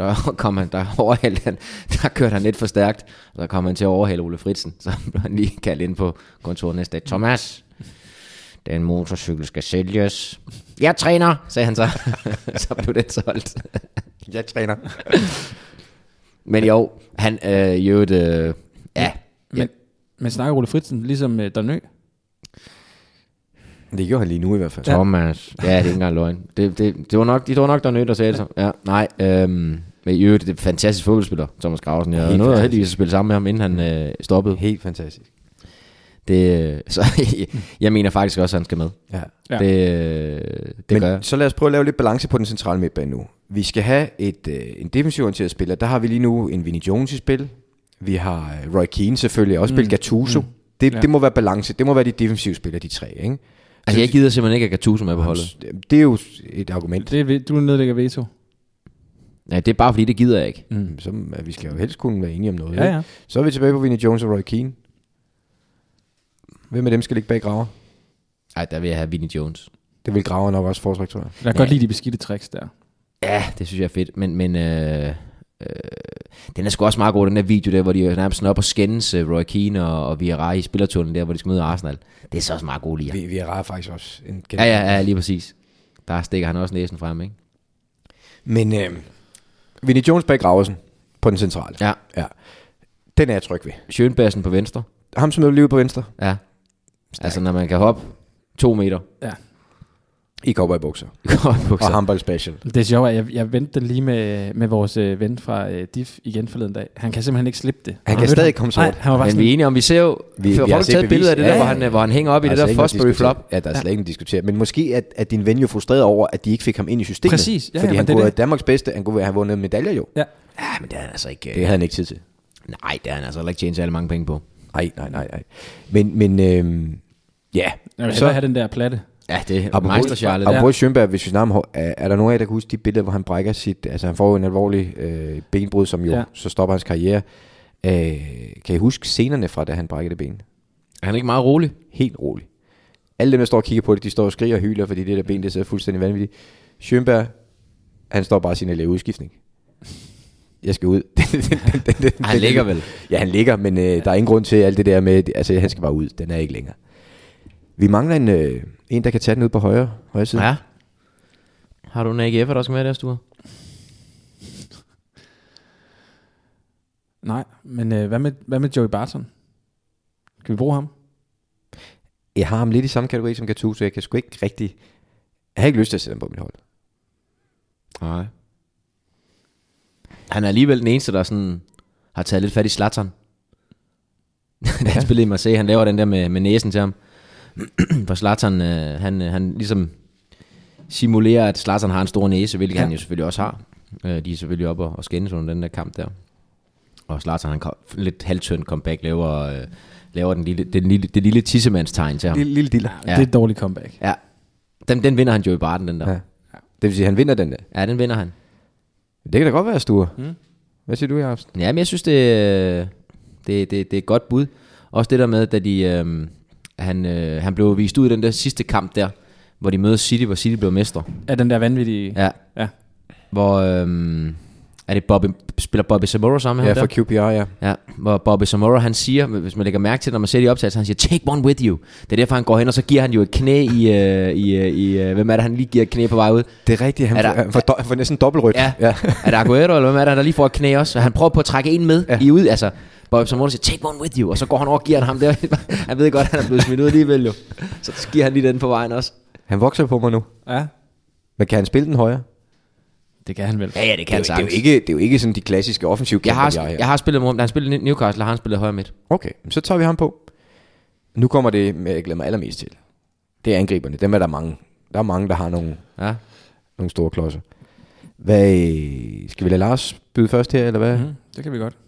der kørte han lidt for stærkt, og så kom han til at overhale Ole Fritzen, så blev han lige kaldt ind på kontoret næste dag. Thomas, den motorcykel skal sælges. Jeg træner, sagde han så. Så blev det solgt. Jeg træner. Men jo, han ja. Men snakker Ole Fritzen ligesom Donø? Det gjorde han lige nu i hvert fald. Ja. Thomas. Ja, det er ikke engang løgn. Det var nok der nødt, der sagde det så. Ja, nej. Men i øvrigt, det er en fantastisk fodboldspiller, Thomas Gravesen. Jeg nåede heldigvis at spille sammen med ham, inden han stoppede. Helt fantastisk. Så jeg mener faktisk også, at han skal med. Ja. Det gør jeg. Så lad os prøve at lave lidt balance på den centrale midtbane nu. Vi skal have en defensiv orienteret spiller. Der har vi lige nu en Vinnie Jones i spil. Vi har Roy Keane selvfølgelig, også spillet Gattuso. Det må være balance. Det må være de defensive spillere, de tre, ikke? Altså jeg gider simpelthen ikke at Gattuso med på holdet. Det er jo et argument. Du nedlægger veto. Ja, det er bare fordi, det gider jeg ikke. Så vi skal jo helst kunne være enige om noget. Ja. Så er vi tilbage på Vinnie Jones og Roy Keane. Hvem af dem skal ligge bag Graver? Nej, der vil jeg have Vinnie Jones. Det vil Graver nok også foretrække, tror jeg. Jeg kan godt lide de beskidte tricks der. Ja, det synes jeg er fedt. Men den er sgu også meget god, den der video der, hvor de nærmest sådan op og skændes Roy Keane og Vieira i spillertunnelen der, hvor de skal møde Arsenal. Det er så også meget god lige. Vieira er faktisk også en ja, lige præcis. Der stikker han også næsen frem, ikke? Men Vinnie Jones bag Graversen på den centrale. Ja. Den er jeg tryg ved. Schönbergsen på venstre. Ham som er lige på venstre. Ja. Altså når man kan hoppe 2 meter. Ja. I cowboybukser. Og håndbold special. Det er sjovt, at jeg vendte lige med vores ven fra DIF igen forleden dag. Han kan simpelthen ikke slippe det. Han kan stadig komme så. Men vi er enige om, vi ser jo... Vi har taget et billede af det der, hvor han hænger op i det der Fosbury flop. Ja, der er slet ikke en diskutere. Men måske at din ven jo frustreret over, at de ikke fik ham ind i systemet. Præcis. Fordi han kunne være Danmarks bedste. Han kunne have vundet medaljer jo. Ja, men det er han altså ikke... Det havde han ikke tid til. Nej, det har han altså ikke tjent særlig mange penge på. Nej. Men ja. Jeg vil hellere have den der platte. Ja, det er Meister-Charlie der. Apropos Schönberg, hvis vi snakker om, er der nogen af jer, der kan huske de billeder, hvor han brækker sit, altså han får en alvorlig benbrud, som jo så stopper hans karriere. Kan I huske scenerne fra, da han brækkede ben? Er han ikke meget rolig? Helt rolig. Alle dem, der står og kigger på det, de står og skriger og hyler, fordi det der ben, det ser fuldstændig vanvittigt. Schönberg, han står bare sin udskiftning. jeg skal ud. Han ligger vel. Ja, han ligger, men der er ingen grund til alt det der med, altså han skal bare ud. Den er ikke længere. Vi mangler en der kan tage den ud på højre side. Ja. Har du en AGF'er, der skal med der, Sture? Nej, men hvad med Joey Barton? Kan vi bruge ham? Jeg har ham lidt i samme kategori som Gattuso, så jeg kan sgu ikke rigtig... Jeg har ikke lyst til at sætte ham på mit hold. Nej. Han er alligevel den eneste, der sådan har taget lidt fat i Zlatan. Da han spillede i Marseille, han laver den der med næsen til ham. For Zlatan, han ligesom simulerer, at Zlatan har en stor næse, hvilket han jo selvfølgelig også har. De er selvfølgelig oppe og skændes under den der kamp der. Og Zlatan, han lidt halvtønd comeback, laver det lille tissemandstegn til ham. Lille diller. Ja. Det er et dårligt comeback. Ja. Den vinder han Joey Barton, den der. Ja. Det vil sige, han vinder den der. Ja, den vinder han. Det kan da godt være, Sture. Hvad siger du, Jacobsen? Ja, men jeg synes, det er et godt bud. Også det der med, da han blev vist ud i den der sidste kamp der, hvor de møder City, hvor City blev mestre. Ja, den der vanvittige... Ja. Hvor... er det spiller Bobby Zamora sammen med ham der? Ja, for QPR, ja. Ja, hvor Bobby Zamora, han siger, hvis man lægger mærke til, når man ser de optagelser, han siger, take one with you. Det er derfor, han går hen, og så giver han jo et knæ i hvem er det, han lige giver et knæ på vej ud? Det er rigtigt, han får næsten dobbeltrødt. Ja. Er det Aguero, eller hvem er det, der lige får et knæ også? Han prøver på at trække en med i ud, altså... Bobby Zamora siger, take one with you, og så går han over og giver ham der. Han ved godt, han er blevet smidt ud alligevel jo. Så giver han lige den på vejen også. Han vokser på mig nu. Ja. Men kan han spille den højre? Det kan han vel. Ja, det kan han sagtens. Det er jo ikke sådan de klassiske offensive kæmper, jeg har spillet mod ham. Da han spillede Newcastle, har han spillet højre midt. Okay, så tager vi ham på. Nu kommer det, jeg glæder mig allermest til. Det er angriberne. Dem er der mange. Der er mange, der har nogle store klodser. Skal vi lade Lars byde først her, eller hvad? Det kan vi godt.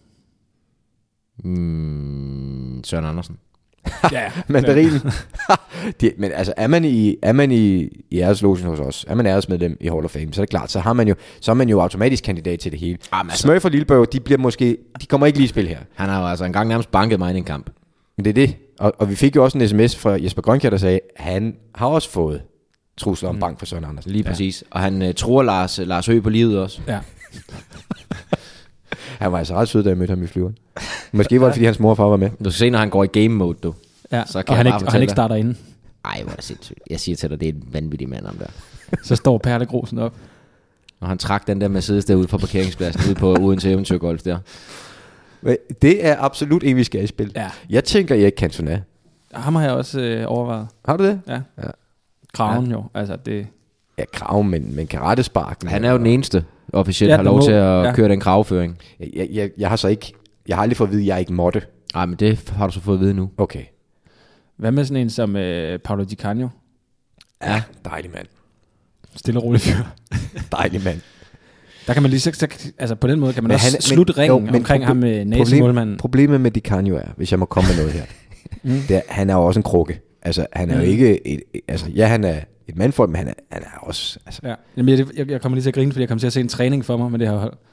Søren Andersen. Ja, mandarinen. Men altså, er man i æreslogen hos os, er man æresmedlem i Hall of Fame, så er det klart, så er man jo automatisk kandidat til det hele. Smurf og Lillebøv, de kommer ikke lige i spil her. Han har jo altså engang nærmest banket mig i en kamp. Men det er det. Og vi fik jo også en sms fra Jesper Grønkjær, der sagde, han har også fået trusler om bank for Søren Andersen. Lige præcis. Og han tror Lars Høgh på livet også. Ja. Han var altså ret sød, da jeg mødte ham i flyveren. Måske var det, fordi hans mor og far var med. Du skal se, når han går i game mode, du. Ja, så kan og han ikke starter inde. Ej, hvor er det sindssygt. Jeg siger til dig, det er en vanvittig mand om der. Så står Perle Grosen op. Og han trak den der Mercedes der ud fra parkeringspladsen, ude på Odense Eventyrgolf der. Det er absolut en, vi skal i spil. Ja. Jeg tænker, jeg kan Cantona. Ham har jeg også overvejet. Har du det? Ja. Kraven jo, altså det... Ja, kraven, men karatespark. Han er jo den eneste officielt har lov til at køre den kravføring. Jeg har så ikke... Jeg har aldrig fået at vide, at jeg ikke måtte. Nej, men det har du så fået at vide nu. Okay. Hvad med sådan en som Paolo Di Canio? Ja, dejlig mand. Stille og rolig fyr. Dejlig mand. Der kan man lige altså på den måde kan man også slutte ringen omkring ham med næsemålmanden. Problemet med Di Canio er, hvis jeg må komme med noget her, det er, han er jo også en krukke. Altså, han er jo ikke... han er et mandfolk, men han er også... Altså. Ja. Jamen, jeg kommer lige til at grine, fordi jeg kommer til at se en træning for mig med det her hold.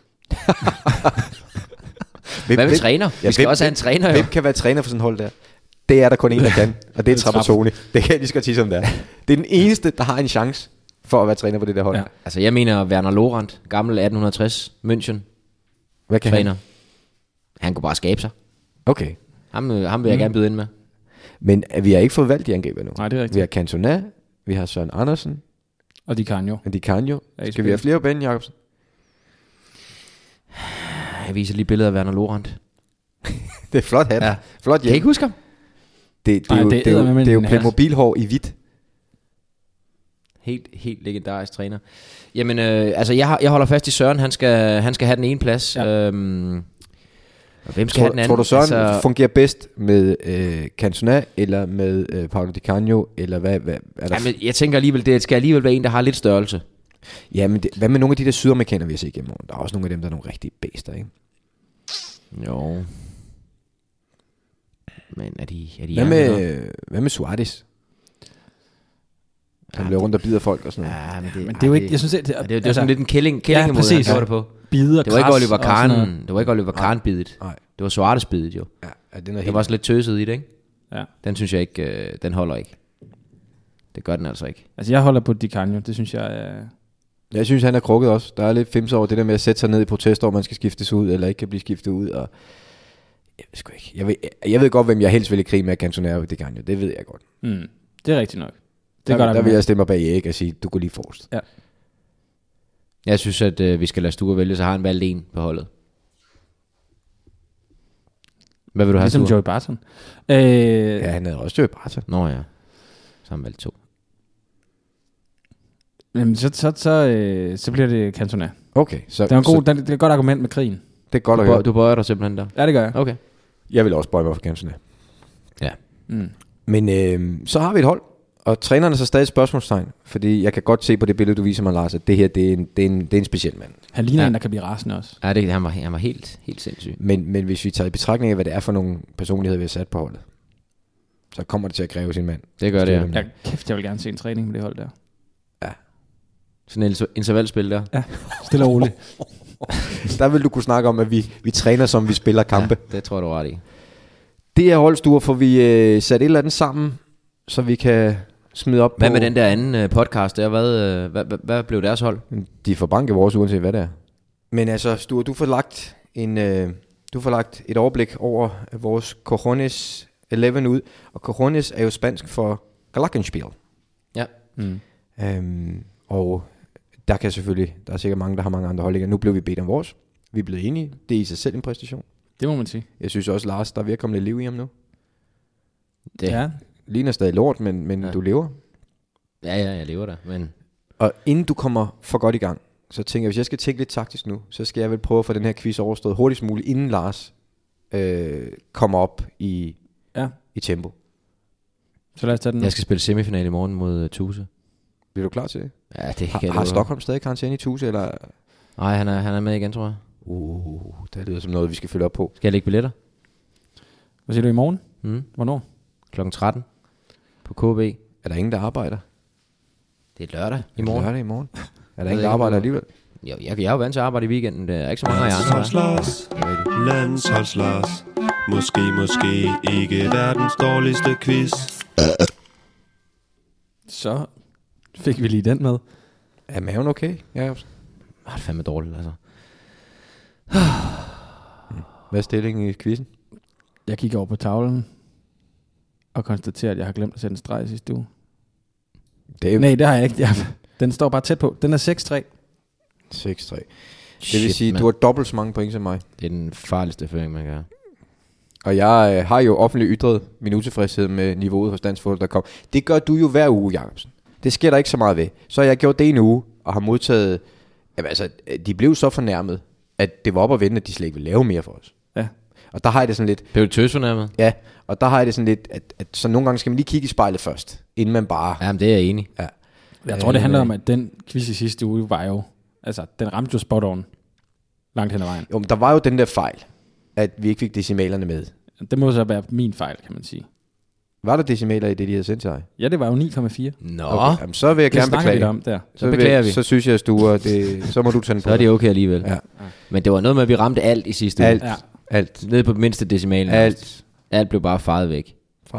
Hvad med træner? Vi skal også have en træner, jo. Hvem kan være træner for sådan en hold der? Det er der kun en, der kan, og det er Trapattoni. Det kan jeg lige så godt sige, som det er. Det er den eneste, der har en chance for at være træner på det der hold. Ja. Altså, jeg mener Werner Lorand, gammel 1860, München. Hvad kan træner. Han kunne bare skabe sig. Okay. Ham vil jeg gerne byde ind med. Men vi har ikke fået valgt de angriber nu. Nej, det er rigtigt. Vi har Cantona, vi har Søren Andersen. Og Di Canio. Skal vi have flere på banen, Jacobsen? Jeg viser lige billeder af Werner Lorand. Det er flot hat. Ja. Flot hjem. Kan I ikke huske ham? Det er jo Playmobil-hår i hvidt. Helt legendarisk træner. Jamen, altså jeg holder fast i Søren. Han skal have den ene plads. Ja. Og hvem skal have den anden? Tror du Søren fungerer bedst med Cantona eller med Paolo Di Canio, eller hvad er der? Jamen, jeg tænker alligevel, det skal alligevel være en, der har lidt størrelse. Ja, men hvad med nogle af de der sydamerikanere, vi har set igennem åren? Der er også nogle af dem, der er nogle rigtige bæster, ikke? Jo. Men er de hvad med Suarez? Han bliver rundt og bider folk og sådan noget. Ja, men det er jo ikke, jeg synes, det er sådan lidt en kælling ja, måde, han gjorde det på. Bider, det var ikke Oliver Kahn. Det var ikke Oliver Kahn bidet. Det var Suarez bidet jo. Ja, det var også lidt tøset i det, ikke? Ja. Den synes jeg ikke, den holder ikke. Det gør den altså ikke. Altså jeg holder på Di Canio, det synes jeg Jeg synes, han er krukket også. Der er lidt 5 år det der med at sætte sig ned i protester, om man skal skiftes ud, eller ikke kan blive skiftet ud. Og jeg ved sgu ikke. Jeg ved godt, hvem jeg helst vil i krig med Cantona. Det kan jeg. Det ved jeg godt. Det er rigtigt nok. Der vil jeg stemme mig bag Erik og sige, du går lige forrest. Ja. Jeg synes, at vi skal lade Sture vælge, så har han valgt en på holdet. Hvad vil du have, ligesom Sture? Joey Barton. Ja, han havde også Joey Barton. Nå ja, så har han valgt 2. Jamen, så bliver det Cantona. Okay. Så, det er det er et godt argument med krigen. Det er godt at høre. Du bøjer dig simpelthen der? Ja, det gør jeg. Okay. Jeg vil også bøje mig for Cantona. Ja. Men så har vi et hold, og trænerne så stadig et spørgsmålstegn, fordi jeg kan godt se på det billede, du viser mig, Lars, at det her, det er en speciel mand. Han ligner en, der kan blive rasende også. Ja, han var helt sindssyg. Men hvis vi tager i betragtning af, hvad det er for nogle personligheder, vi har sat på holdet, så kommer det til at kræve sin mand. Det gør det, ja. Jeg vil gerne se en træning med det hold der. Ja. Sådan en intervalspil der. Ja, stille og roligt. Der vil du kunne snakke om, at vi træner, som vi spiller kampe. Ja, det tror jeg, du er ret i. Det her holdstue får vi sat et eller andet sammen, så vi kan smide op Hvad på... med den der anden podcast der? Hvad blev deres hold? De får banke vores, uanset hvad det er. Men altså, Sture, du får lagt et overblik over vores Cojones 11 ud. Og Cojones er jo spansk for Glockenspiel. Ja. Og der er sikkert mange, der har mange andre holdninger. Nu blev vi bedt om vores. Vi er blevet enige. Det er i sig selv en præstation. Det må man sige. Jeg synes også, Lars, der er ved at komme lidt liv i ham nu. Det. Ja. Ligner stadig lort, men ja. Du lever. Ja, jeg lever der. Men... Og inden du kommer for godt i gang, så tænker jeg, hvis jeg skal tænke lidt taktisk nu, så skal jeg vel prøve at få den her quiz overstået hurtigst muligt, inden Lars kommer op i tempo. Så lad os tage den. Jeg skal spille semifinal i morgen mod Tuse. Bliver du klar til det? Ja, det kan Har Stockholm stadig karantæne i Tuse, eller? Nej, han er med igen, tror jeg. Det lyder som noget, vi skal følge op på. Skal jeg lægge billetter? Hvad siger du, i morgen? Hvornår? Klokken 13 på KB. Er der ingen, der arbejder? Det er lørdag i morgen. Lørdag i morgen? Er der ingen, der arbejder alligevel? Jo, jeg er jo vant til at arbejde i weekenden. Der er ikke så mange af andre. Landsholdslars. Måske ikke verdens dårligste quiz. Så fik vi lige den med. Er maven okay? Ja. Det er fandme dårligt, altså. Hvad er stillingen i quizzen? Jeg kigger over på tavlen og konstaterer, at jeg har glemt at sætte en streg i sidste uge. Nej, det har jeg ikke. Den står bare tæt på. Den er 6-3. 6-3. Det vil sige, du har dobbelt så mange point som mig. Det er den farligste føring, man kan have. Og jeg har jo offentligt ytret min utilfredshed med niveauet hos danskfodbold.com. Det gør du jo hver uge, Jacobsen. Det sker der ikke så meget ved. Så jeg gjort det en uge og har modtaget... Jamen, altså, de blev så fornærmet, at det var op at vende, at de slet ikke ville lave mere for os. Ja. Og der har jeg det sådan lidt... Blev du tøsfornærmet? Ja, og der har jeg det sådan lidt, at så nogle gange skal man lige kigge i spejlet først, inden man bare... Jamen, det er jeg enig. Ja. Jeg tror, det handler om, at den quiz i sidste uge var jo... Altså, den ramte jo spot on langt hen ad vejen. Jo, men der var jo den der fejl, at vi ikke fik decimalerne med. Det må så være min fejl, kan man sige. Var der decimaler i det, de havde sendt sig? Ja, det var jo 9,4. Nå. Okay, jamen, så vil jeg gerne beklage. Om der. Så beklager vi. Så synes jeg, Sture, så må du tage den på. Så er det okay alligevel. Ja. Men det var noget med, at vi ramte alt i sidste uge. Alt. Nede på mindste decimal. Alt blev bare faret væk.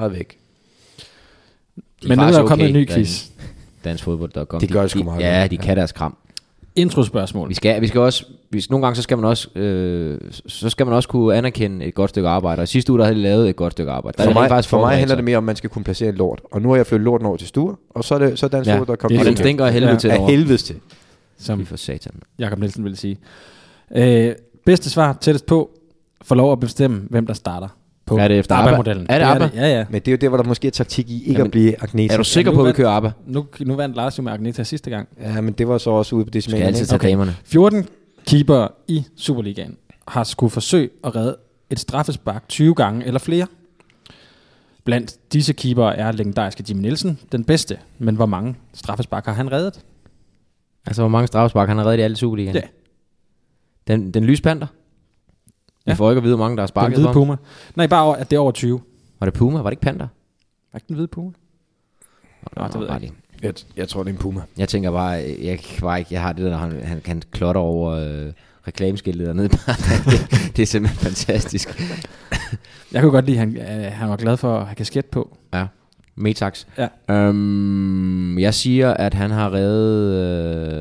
Men nu er der kommet en ny quiz. Danskfodbold.com. De gør det sgu meget. Ja, de kan deres kram. Introspørgsmål. Vi skal også nogle gange så skal man også kunne anerkende et godt stykke arbejde. Og sidste uge der havde de lavet et godt stykke arbejde. For mig handler det mere om, man skal kunne placere et lort. Og nu har jeg flyttet lorten over til Sture, og så er danskfodbold.com. Og den stinker af helvede til over. Helvedes til. Som for satan. Jakob Nielsen vil sige. Bedste svar tættest på får lov at bestemme, hvem der starter på ABBA-modellen. Er det ABBA? Ja. Men det er jo der, hvor der måske er taktik i ikke at blive Agneta. Er du sikker på, at vi kører ABBA? Nu vandt Lars jo med Agneta sidste gang. Ja, men det var så også ude på decimalen. Skal altid tage damerne. 14 keeper i Superligaen har skulle forsøge at redde et straffespark 20 gange eller flere. Blandt disse keeper er legendariske Jimmy Nielsen den bedste, men hvor mange straffespark har han reddet? Altså, hvor mange straffespark han har reddet i alle Superligaen? Ja. Den lyspanter? Vi får ikke at vide, hvor mange der har sparket. Den hvide Puma. Nej, bare at det er over 20. Var det Puma? Var det ikke Panther? Var ikke den hvide Puma? Nå, det ved jeg ikke. Jeg tror, det er en Puma. Jeg tænker bare, jeg har det der, når han kan klotter over reklameskiltet dernede. Det er simpelthen fantastisk. Jeg kunne godt lide, at han var glad for at have kasket på. Ja, Metax. Ja. Jeg siger, at han har reddet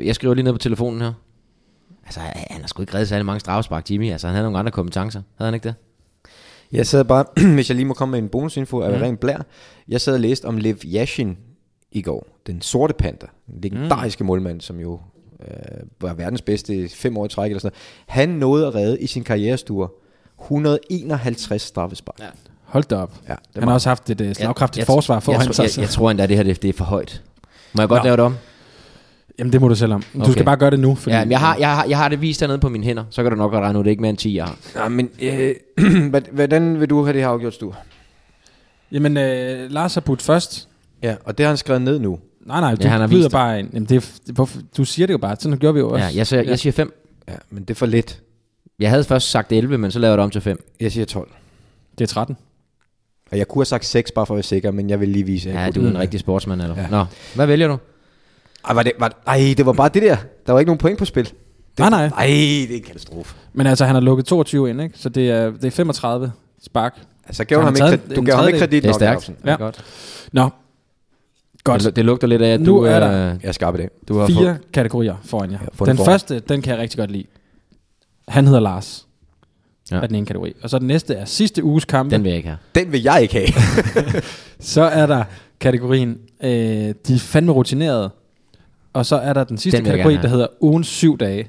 Jeg skriver lige ned på telefonen her. Altså, han har sgu ikke reddet særlig mange straffespark, Jimmy. Altså, han havde nogle andre kompetencer. Havde han ikke det? Jeg sad bare, hvis jeg lige må komme med en bonusinfo af ren blær. Jeg sad og læste om Lev Yashin i går. Den sorte panter. Den legendariske målmand, som jo var verdens bedste 5 år i træk eller sådan noget. Han nåede at redde i sin karrierestue 151 straffespark. Ja. Hold da op. Ja, han har også haft et slagkraftigt forsvar foran sig. Jeg tror endda, det er for højt. Må jeg godt lave det om? Jamen, det må du selv om. Du skal bare gøre det nu. Fordi jeg har det vist dernede på mine hænder. Så kan du nok godt regne ud, det er ikke mere end 10, jeg har. Ja, men hvordan vil du have det her afgjort, Stu? Jamen, Lars har budt først. Ja, og det har han skrevet ned nu. Nej, du byder bare en. Jamen, du siger det jo bare. Sådan gjorde vi jo også. Ja, jeg siger 5. Ja, men det er for lidt. Jeg havde først sagt 11, men så laver jeg det om til 5. Jeg siger 12. Det er 13. Og jeg kunne have sagt 6, bare for at være sikker, men jeg vil lige vise. Ja, du er en rigtig sportsmand, eller? Ja. Nå, hvad vælger du? Det var bare det der. Der var ikke nogen point på spil. Nej. Nej, det er en katastrofe. Men altså, han har lukket 22 ind, ikke? Så det er 35 spark. Altså, du gav ham ikke kredit. Det er stærkt. Ja. Godt. Nå. Godt. Det lugter lidt af, at nu du er der jeg er skarp i det. Du har 4 kategorier foran jer. Den første, den kan jeg rigtig godt lide. Han hedder Lars. Ja. Er den ene kategori. Og så den næste er sidste uges kampe. Den vil jeg ikke have. Den vil jeg ikke have. Så er der kategorien de er fandme rutinerede. Og så er der den sidste kategori, der hedder ugens 7 dage.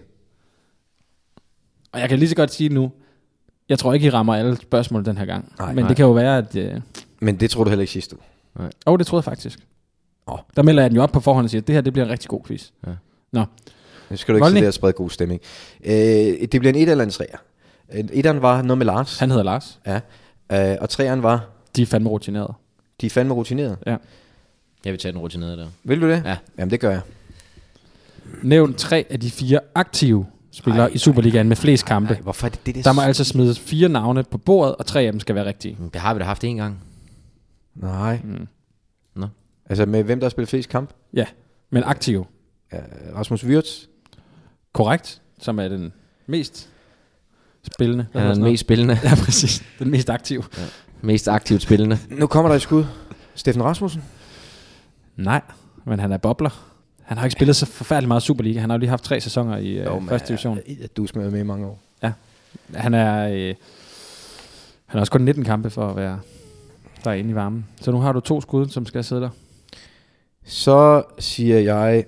Og jeg kan lige så godt sige nu, jeg tror ikke, I rammer alle spørgsmål den her gang. Men det kan jo være, at... Men det tror du heller ikke sidste uge? Nej. Det troede jeg faktisk. Der melder jeg den jo op på forhånd og siger, at det her det bliver en rigtig god quiz. Ja. Nå. Nu skal du ikke sidde og sprede god stemning. Det bliver en 1 eller en 3'er. 1'eren var noget med Lars. Han hedder Lars. Ja. Og 3'eren var... De er fandme rutinerede. Ja. Jeg vil tage den rutinerede der. Vil du det? Ja. Jamen, det gør jeg. Nævn 3 af de 4 aktive spillere i Superligaen med flest kampe. Hvorfor er det? Der må altså smides 4 navne på bordet, og 3 af dem skal være rigtige. Det har vi da haft en gang. Nej. Nå. Altså med hvem der har spillet flest kamp? Ja, men aktive. Rasmus Wirtz. Korrekt, som er den mest spillende. Han er den mest spillende. Ja, præcis. Den mest aktive. Ja. Mest aktivt spillende. Nu kommer der et skud. Steffen Rasmussen? Nej, men han er bobler. Han har ikke spillet så forfærdeligt meget Superliga. Han har jo lige haft 3 sæsoner i første division. Du smager med i mange år. Ja. Han har også kun 19 kampe for at være derinde i varmen. Så nu har du 2 skud, som skal sidde der. Så siger jeg...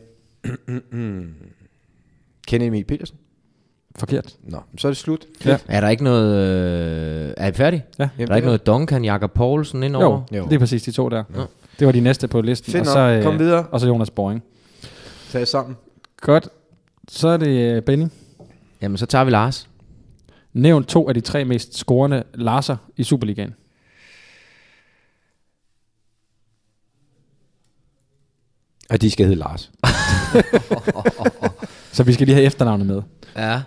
Kenny Emil Petersen? Forkert. Nå, så er det slut. Ja. Er der ikke noget... er I færdige? Ja. Er der ikke noget Duncan, Jakob Poulsen indover? Jo, det er præcis de 2 der. Ja. Det var de næste på listen. Find og så, kom videre. Og så Jonas Boring. Tag sammen. Godt. Så er det Benny. Jamen, så tager vi Lars. Nævn 2 af de 3 mest scorende Larser i Superligaen. Og de skal hedde Lars. Så vi skal lige have efternavnet med. Ja.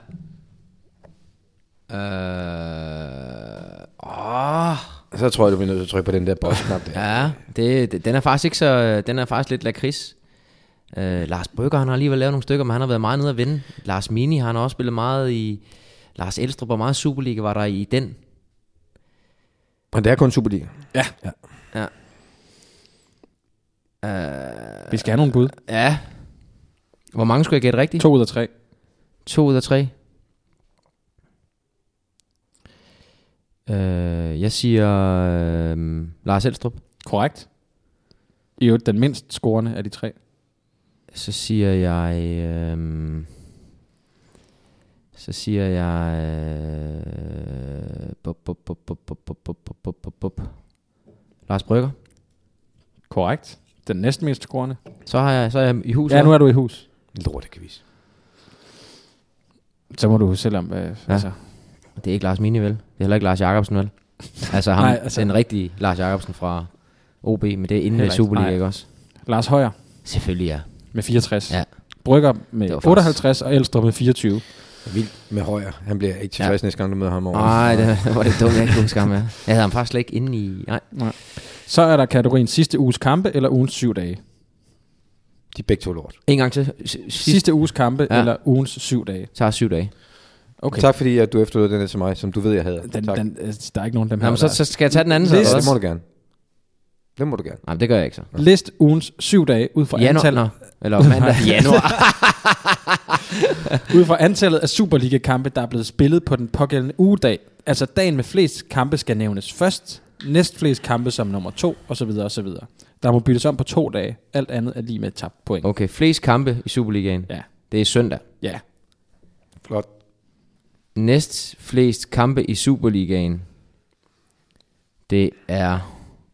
Så tror jeg, du bliver nødt til at trykke på den der boss-knap der. Ja, den er faktisk ikke så... Den er faktisk lidt lakrids. Lars Brygger, han har alligevel lavet nogle stykker, men han har været meget nede at vinde. Lars Mini, han har også spillet meget i... Lars Elstrup var meget Superliga, var der i den. Men det er kun Superliga. Ja. Vi skal have nogle bud. Ja. Hvor mange skulle jeg gætte rigtigt? 2 ud af 3. 2 ud af 3. Jeg siger Lars Elstrup. Korrekt. I øvrigt den mindst scorende af de 3. Så siger jeg... Lars Brygger. Korrekt. Den næsten mest scorende. Så er jeg i hus. Ja, nu er du i hus. Lortequiz. Så må du selv om... altså. Det er ikke Lars Mini, vel? Det er heller ikke Lars Jacobsen, vel? Altså ham, den rigtige Lars Jacobsen fra OB, men det er inden i Superliga, ikke også? Lars Højer. Selvfølgelig, ja. Med 64. Ja. Brygger med 58 og Elstrup med 24. Vildt med Højer. Han bliver ikke tilfreds næste gang, du møder ham over. Nej, det var det dumt, jeg ikke kunne skam. Jeg havde ham faktisk ikke inde i... Nej. Så er der kategorien sidste uges kampe eller ugens 7 dage. De er begge 2 lort. En gang til. Sidste uges kampe eller ugens 7 dage. Tager 7 dage. Okay. Tak fordi at du efterlod den til mig, som du ved, jeg havde. Der er ikke nogen af dem her. Jamen, så skal jeg tage den anden. Det må du gerne. Det må du gerne. Nej, det gør jeg ikke så. List ugens 7 dage ud fra Eller mandag i januar. ud fra antallet af Superliga-kampe, der er blevet spillet på den pågældende ugedag. Altså dagen med flest kampe skal nævnes først, næst flest kampe som nummer 2, osv. osv. Der må byttes om på 2 dage. Alt andet er lige med tabt point. Okay, flest kampe i Superligaen. Ja. Det er søndag. Ja. Flot. Næst flest kampe i Superligaen. Det er...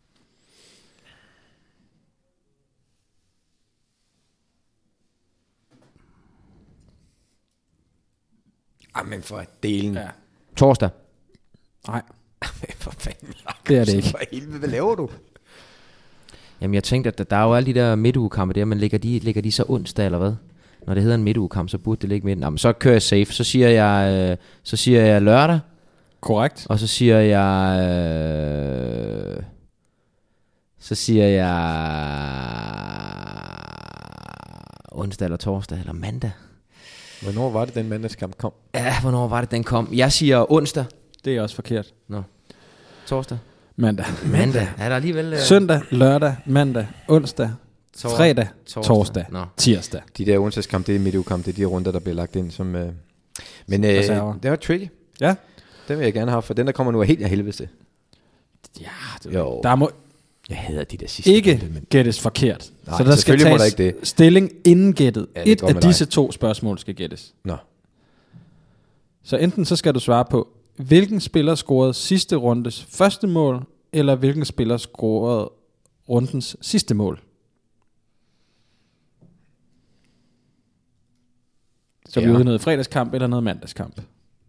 Jamen for delen. Ja. torsdag. Nej, For fanden. det er det ikke. For helvede, hvad laver du? Jamen jeg tænkte, at der er jo alle de der midtugekampe der, men ligger de så onsdag eller hvad? Når det hedder en midtugekamp, så burde det ligge midten. Jamen, så kører jeg safe. Så siger jeg lørdag. Korrekt. Og så siger jeg... onsdag eller torsdag eller mandag. Hvornår var det, den mandagskamp kom? Ja, hvornår var det, den kom? Jeg siger onsdag. Det er også forkert. Nå. Torsdag. Mandag. Mandag. Er der alligevel... Søndag, lørdag, mandag, onsdag, fredag, torsdag, Nå. tirsdag. De der onsdagskamp, det er midtugekamp, det er de runder, der bliver lagt ind som... Men reserver. det var tricky. Ja. Den vil jeg gerne have, for den der kommer nu er helt af helvede til. Ja, det, Jo. der må Jeg hader de der sidste ikke runde, men... gættes forkert. Nej, så der skal selvfølgelig må tages der ikke det. stilling inden gættet. Ja, det Et går af med disse dig. 2 spørgsmål skal gættes. Nå. Så enten så skal du svare på, hvilken spiller scorede sidste rundes første mål, eller hvilken spiller scorede rundens sidste mål. Så vi er ude i noget fredagskamp eller noget mandagskamp.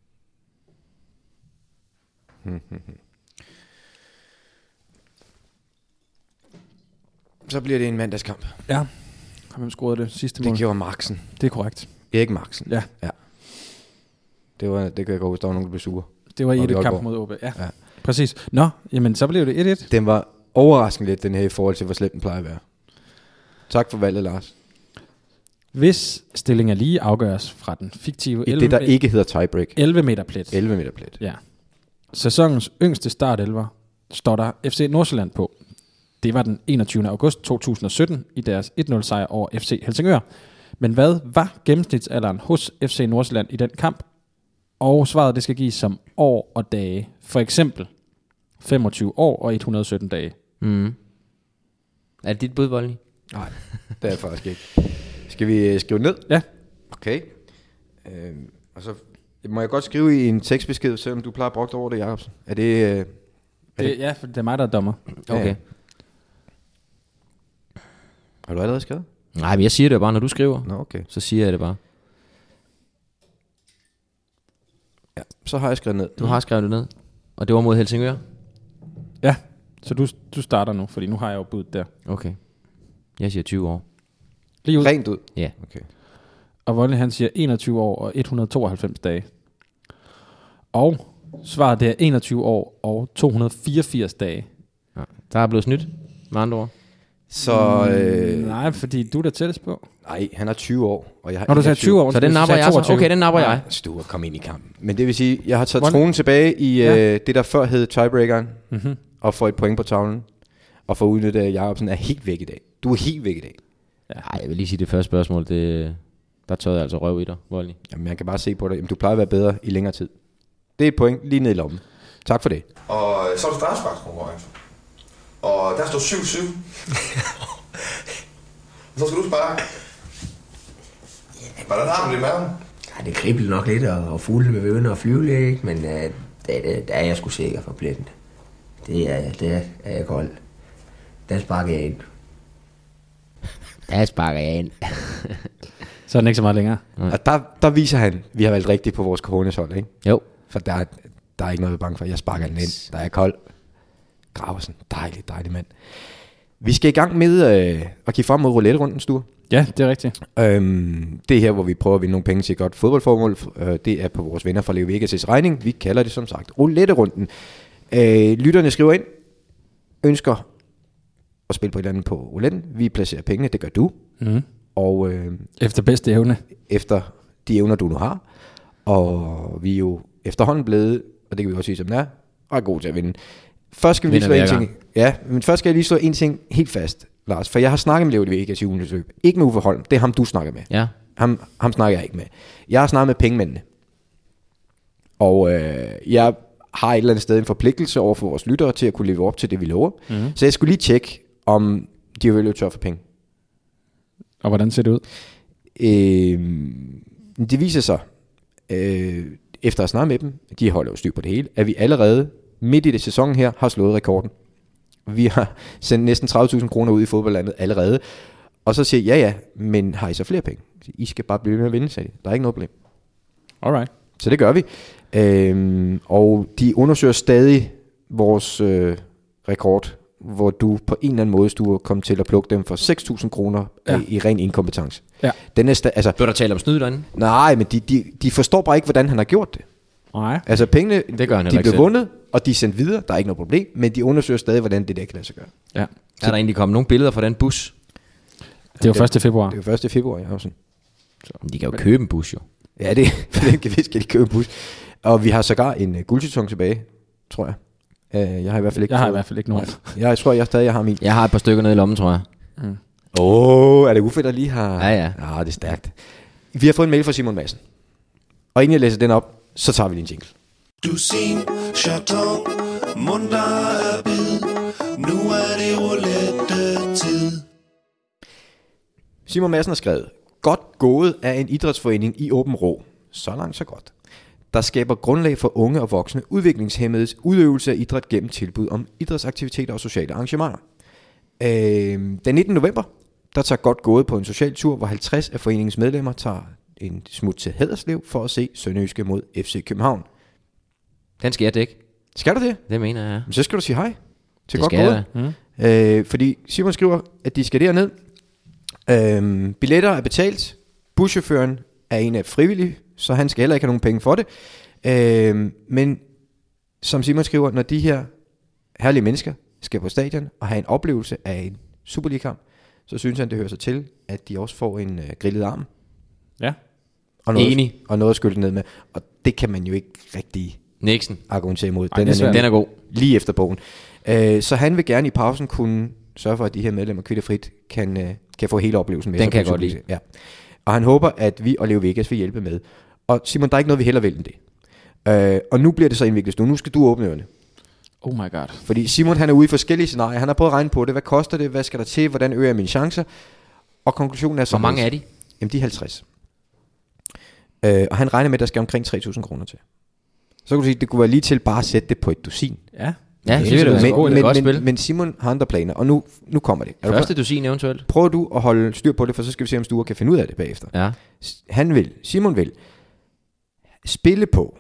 Så bliver det en mandagskamp. Ja. Og hvem scorede det sidste mål? Det gjorde Marksen. Det er korrekt. Erik Marksen. Ja. Det kan jeg godt huske, der var nogen, der blev sure. Det var i Og et det var kamp godt. mod OB. Ja. Ja. Præcis. Nå, jamen så blev det 1-1. Den var overraskende lidt, den her, i forhold til, hvor slemt den plejer at være. Tak for valget, Lars. Hvis stillingen er lige, afgøres fra den fiktive Det, der ikke hedder tiebreak. 11 meter plet. 11 meter plet. Ja. Sæsonens yngste startelver står der FC Nordsjælland på. Det var den 21. august 2017 i deres 1-0 sejr over FC Helsingør. Men hvad var gennemsnitsalderen hos FC Nordsjælland i den kamp? Og svaret det skal gives som år og dage. For eksempel 25 år og 117 dage. Mm. Er det dit bud, Voldny? Nej, det er jeg faktisk ikke. Skal vi skrive ned? Ja. Okay. Og så må jeg godt skrive i en tekstbesked, selvom du plejer at bruge over det, Jacobsen. Er det... Ja, for det er mig, der er dommer. Okay. Ja. Har du allerede skrevet? Nej, men jeg siger det jo bare, når du skriver. Nå, okay. Så siger jeg det bare. Ja, så har jeg skrevet ned. Du har skrevet det ned. Og det var mod Helsingør? Ja, så du starter nu, fordi nu har jeg jo budt der. Okay. Jeg siger 20 år. Lige ud. Rent ud? Ja. Okay. Og Voldny han siger 21 år og 192 dage. Og svaret det er 21 år og 284 dage. Ja. Der er blevet snydt, med andre ord. Så... Nej, fordi du er der tættest på. Nej, han er 20 år, og jeg har... Når du sagde 20 år, Så den napper jeg så. Okay, den napper jeg. Du kom ind i kampen. Men det vil sige, jeg har taget tronen tilbage i det, der før hed tiebreakeren, og får et point på tavlen, og får udnyttet, at Jacobsen er helt væk i dag. Du er helt væk i dag. Nej, jeg vil lige sige det første spørgsmål. Der tørrede jeg altså røv i dig, Voldny. Jamen, man kan bare se på dig. Jamen, du plejer at være bedre i længere tid. Det er et point lige ned i lommen. Tak for det. Og så er det straffesparkskonkurrence. Og der står 7-7. Og så skal du sparke. Hvordan har du det i maven? Ja, det kribler nok lidt, og fugle vil begynde at flyve lidt, ikke? Men der er jeg sgu sikker for pletten. Det er jeg kold. Der sparker jeg ind. Der sparker jeg ind. Så er den ikke så meget længere. Og der viser han, vi har valgt rigtigt på vores cojones-hold, ikke? Jo. For der er ikke noget, vi er bange for. Jeg sparker den ind. Der er kold. Graversen. Dejlig mand. Vi skal i gang med at give frem mod roulette-runden, Sture. Ja, det er rigtigt. Det er her, hvor vi prøver at vinde nogle penge til et godt fodboldformål. Det er på vores venner fra Leo Vegas' regning. Vi kalder det som sagt roulette-runden. Lytterne skriver ind, ønsker at spille på et eller andet på rouletten. Vi placerer pengene, det gør du. Mm. Og Efter bedste evne. efter de evner, du nu har. Og vi er jo efterhånden blevet, og det kan vi også sige som det er gode til at vinde. Først skal vi lige slå en ting. Ja, men først skal jeg lige slå en ting helt fast, Lars. For jeg har snakket med Leo Vegas i ugens løb. Ikke med Uffe Holm. Det er ham, du snakker med. Ja. Ham snakker jeg ikke med. Jeg har snakket med pengemændene. Og jeg har et eller andet sted en forpligtelse over for vores lyttere til at kunne leve op til det, vi lover. Mm-hmm. Så jeg skulle lige tjekke, om de vil løbe tør for penge. Og hvordan ser det ud? Det viser sig, efter at snakke med dem, de holder jo styr på det hele, at vi allerede midt i det sæson her har slået rekorden. Vi har sendt næsten 30.000 kroner ud i fodboldlandet allerede. Og så siger jeg, ja, men har I så flere penge? I skal bare blive med at vinde, sagde de. Der er ikke noget problem. Alright. Så det gør vi. Og de undersøger stadig vores rekord, hvor du på en eller anden måde du kom til at plukke dem for 6.000 kroner i ren inkompetence. Ja. Den er altså, Bør der tale om snyd derinde? nej, men de forstår bare ikke, hvordan han har gjort det. Nej. Altså pengene, Det gør han de heller ikke blev selv. vundet, og de er sendt videre. Der er ikke noget problem, men de undersøger stadig, hvordan det der kan lade sig gøre. Ja. Er der egentlig kommet nogle billeder fra den bus? Det er jo 1. februar. Det er jo 1. februar, jeg har sådan. De kan jo købe en bus, jo. Ja, det for den kan vi skal de købe en bus. Og vi har sågar en guldjeton tilbage, tror jeg. Jeg har i hvert fald ikke. Jeg har i hvert fald ikke nogen. Jeg tror, jeg stadig har min. Jeg har et par stykker nede i lommen, tror jeg. Er det Uffe, der lige har... Ja. Ja, det er stærkt. Vi har fået en mail fra Simon Madsen. Og inden jeg læser den op, så tager vi lige en jingle. Dusin, chaton, mundar er bid. Nu er det roulette-tid. Simon Madsen har skrevet: Godt gået af en idrætsforening i Åben Rå. Så langt, så godt. Der skaber grundlag for unge og voksne udviklingshæmmedes udøvelse af idræt gennem tilbud om idrætsaktiviteter og sociale arrangementer. Den 19. november, der tager Godt gået på en social tur, hvor 50 af foreningens medlemmer tager en smut til Haderslev for at se Sønderjyske mod FC København. Den skal jeg dække. Skal du det? Det mener jeg, ja. Men så skal du sige hej til Det Godt skal gået. Fordi Simon skriver, at de skal derned. Billetter er betalt. Buschaufføren er en af frivillige, så han skal heller ikke have nogen penge for det. Men som Simon skriver, når de her herlige mennesker skal på stadion og have en oplevelse af en Superliga-kamp, så synes han, det hører sig til, at de også får en grillet arm. Ja. Og noget, Enig. og noget at skylde ned med. Og det kan man jo ikke rigtig Nixon. argumentere imod. Ej, det er svært. Den er god. Lige efter bogen. Så han vil gerne i pausen kunne sørge for, at de her medlemmer kvitterfrit kan få hele oplevelsen med. Den sig kan på jeg godt Superliga. Ja. Og han håber, at vi og Leo Vegas vil hjælpe med. Og Simon, der er ikke noget, vi heller vil end det. Og nu bliver det så indviklet. Nu skal du åbne ørerne. Oh my god. Fordi Simon, han er ude i forskellige scenarier. Han har prøvet at regne på det. Hvad koster det? Hvad skal der til? Hvordan øger jeg mine chancer? Og konklusionen er så... Hvor mange er de? Jamen, de er 50. Og han regner med, at der skal omkring 3.000 kroner til. Så kunne du sige, at det kunne være lige til bare at sætte det på et dusin. Ja. Ja, det vil da være et godt spil. Men Simon har andre planer, og nu kommer det. Er du Første klar? dusin eventuelt. Prøver du at holde styr på det, for så skal vi se, om Sture kan finde ud af det bagefter. Ja. Simon vil spille på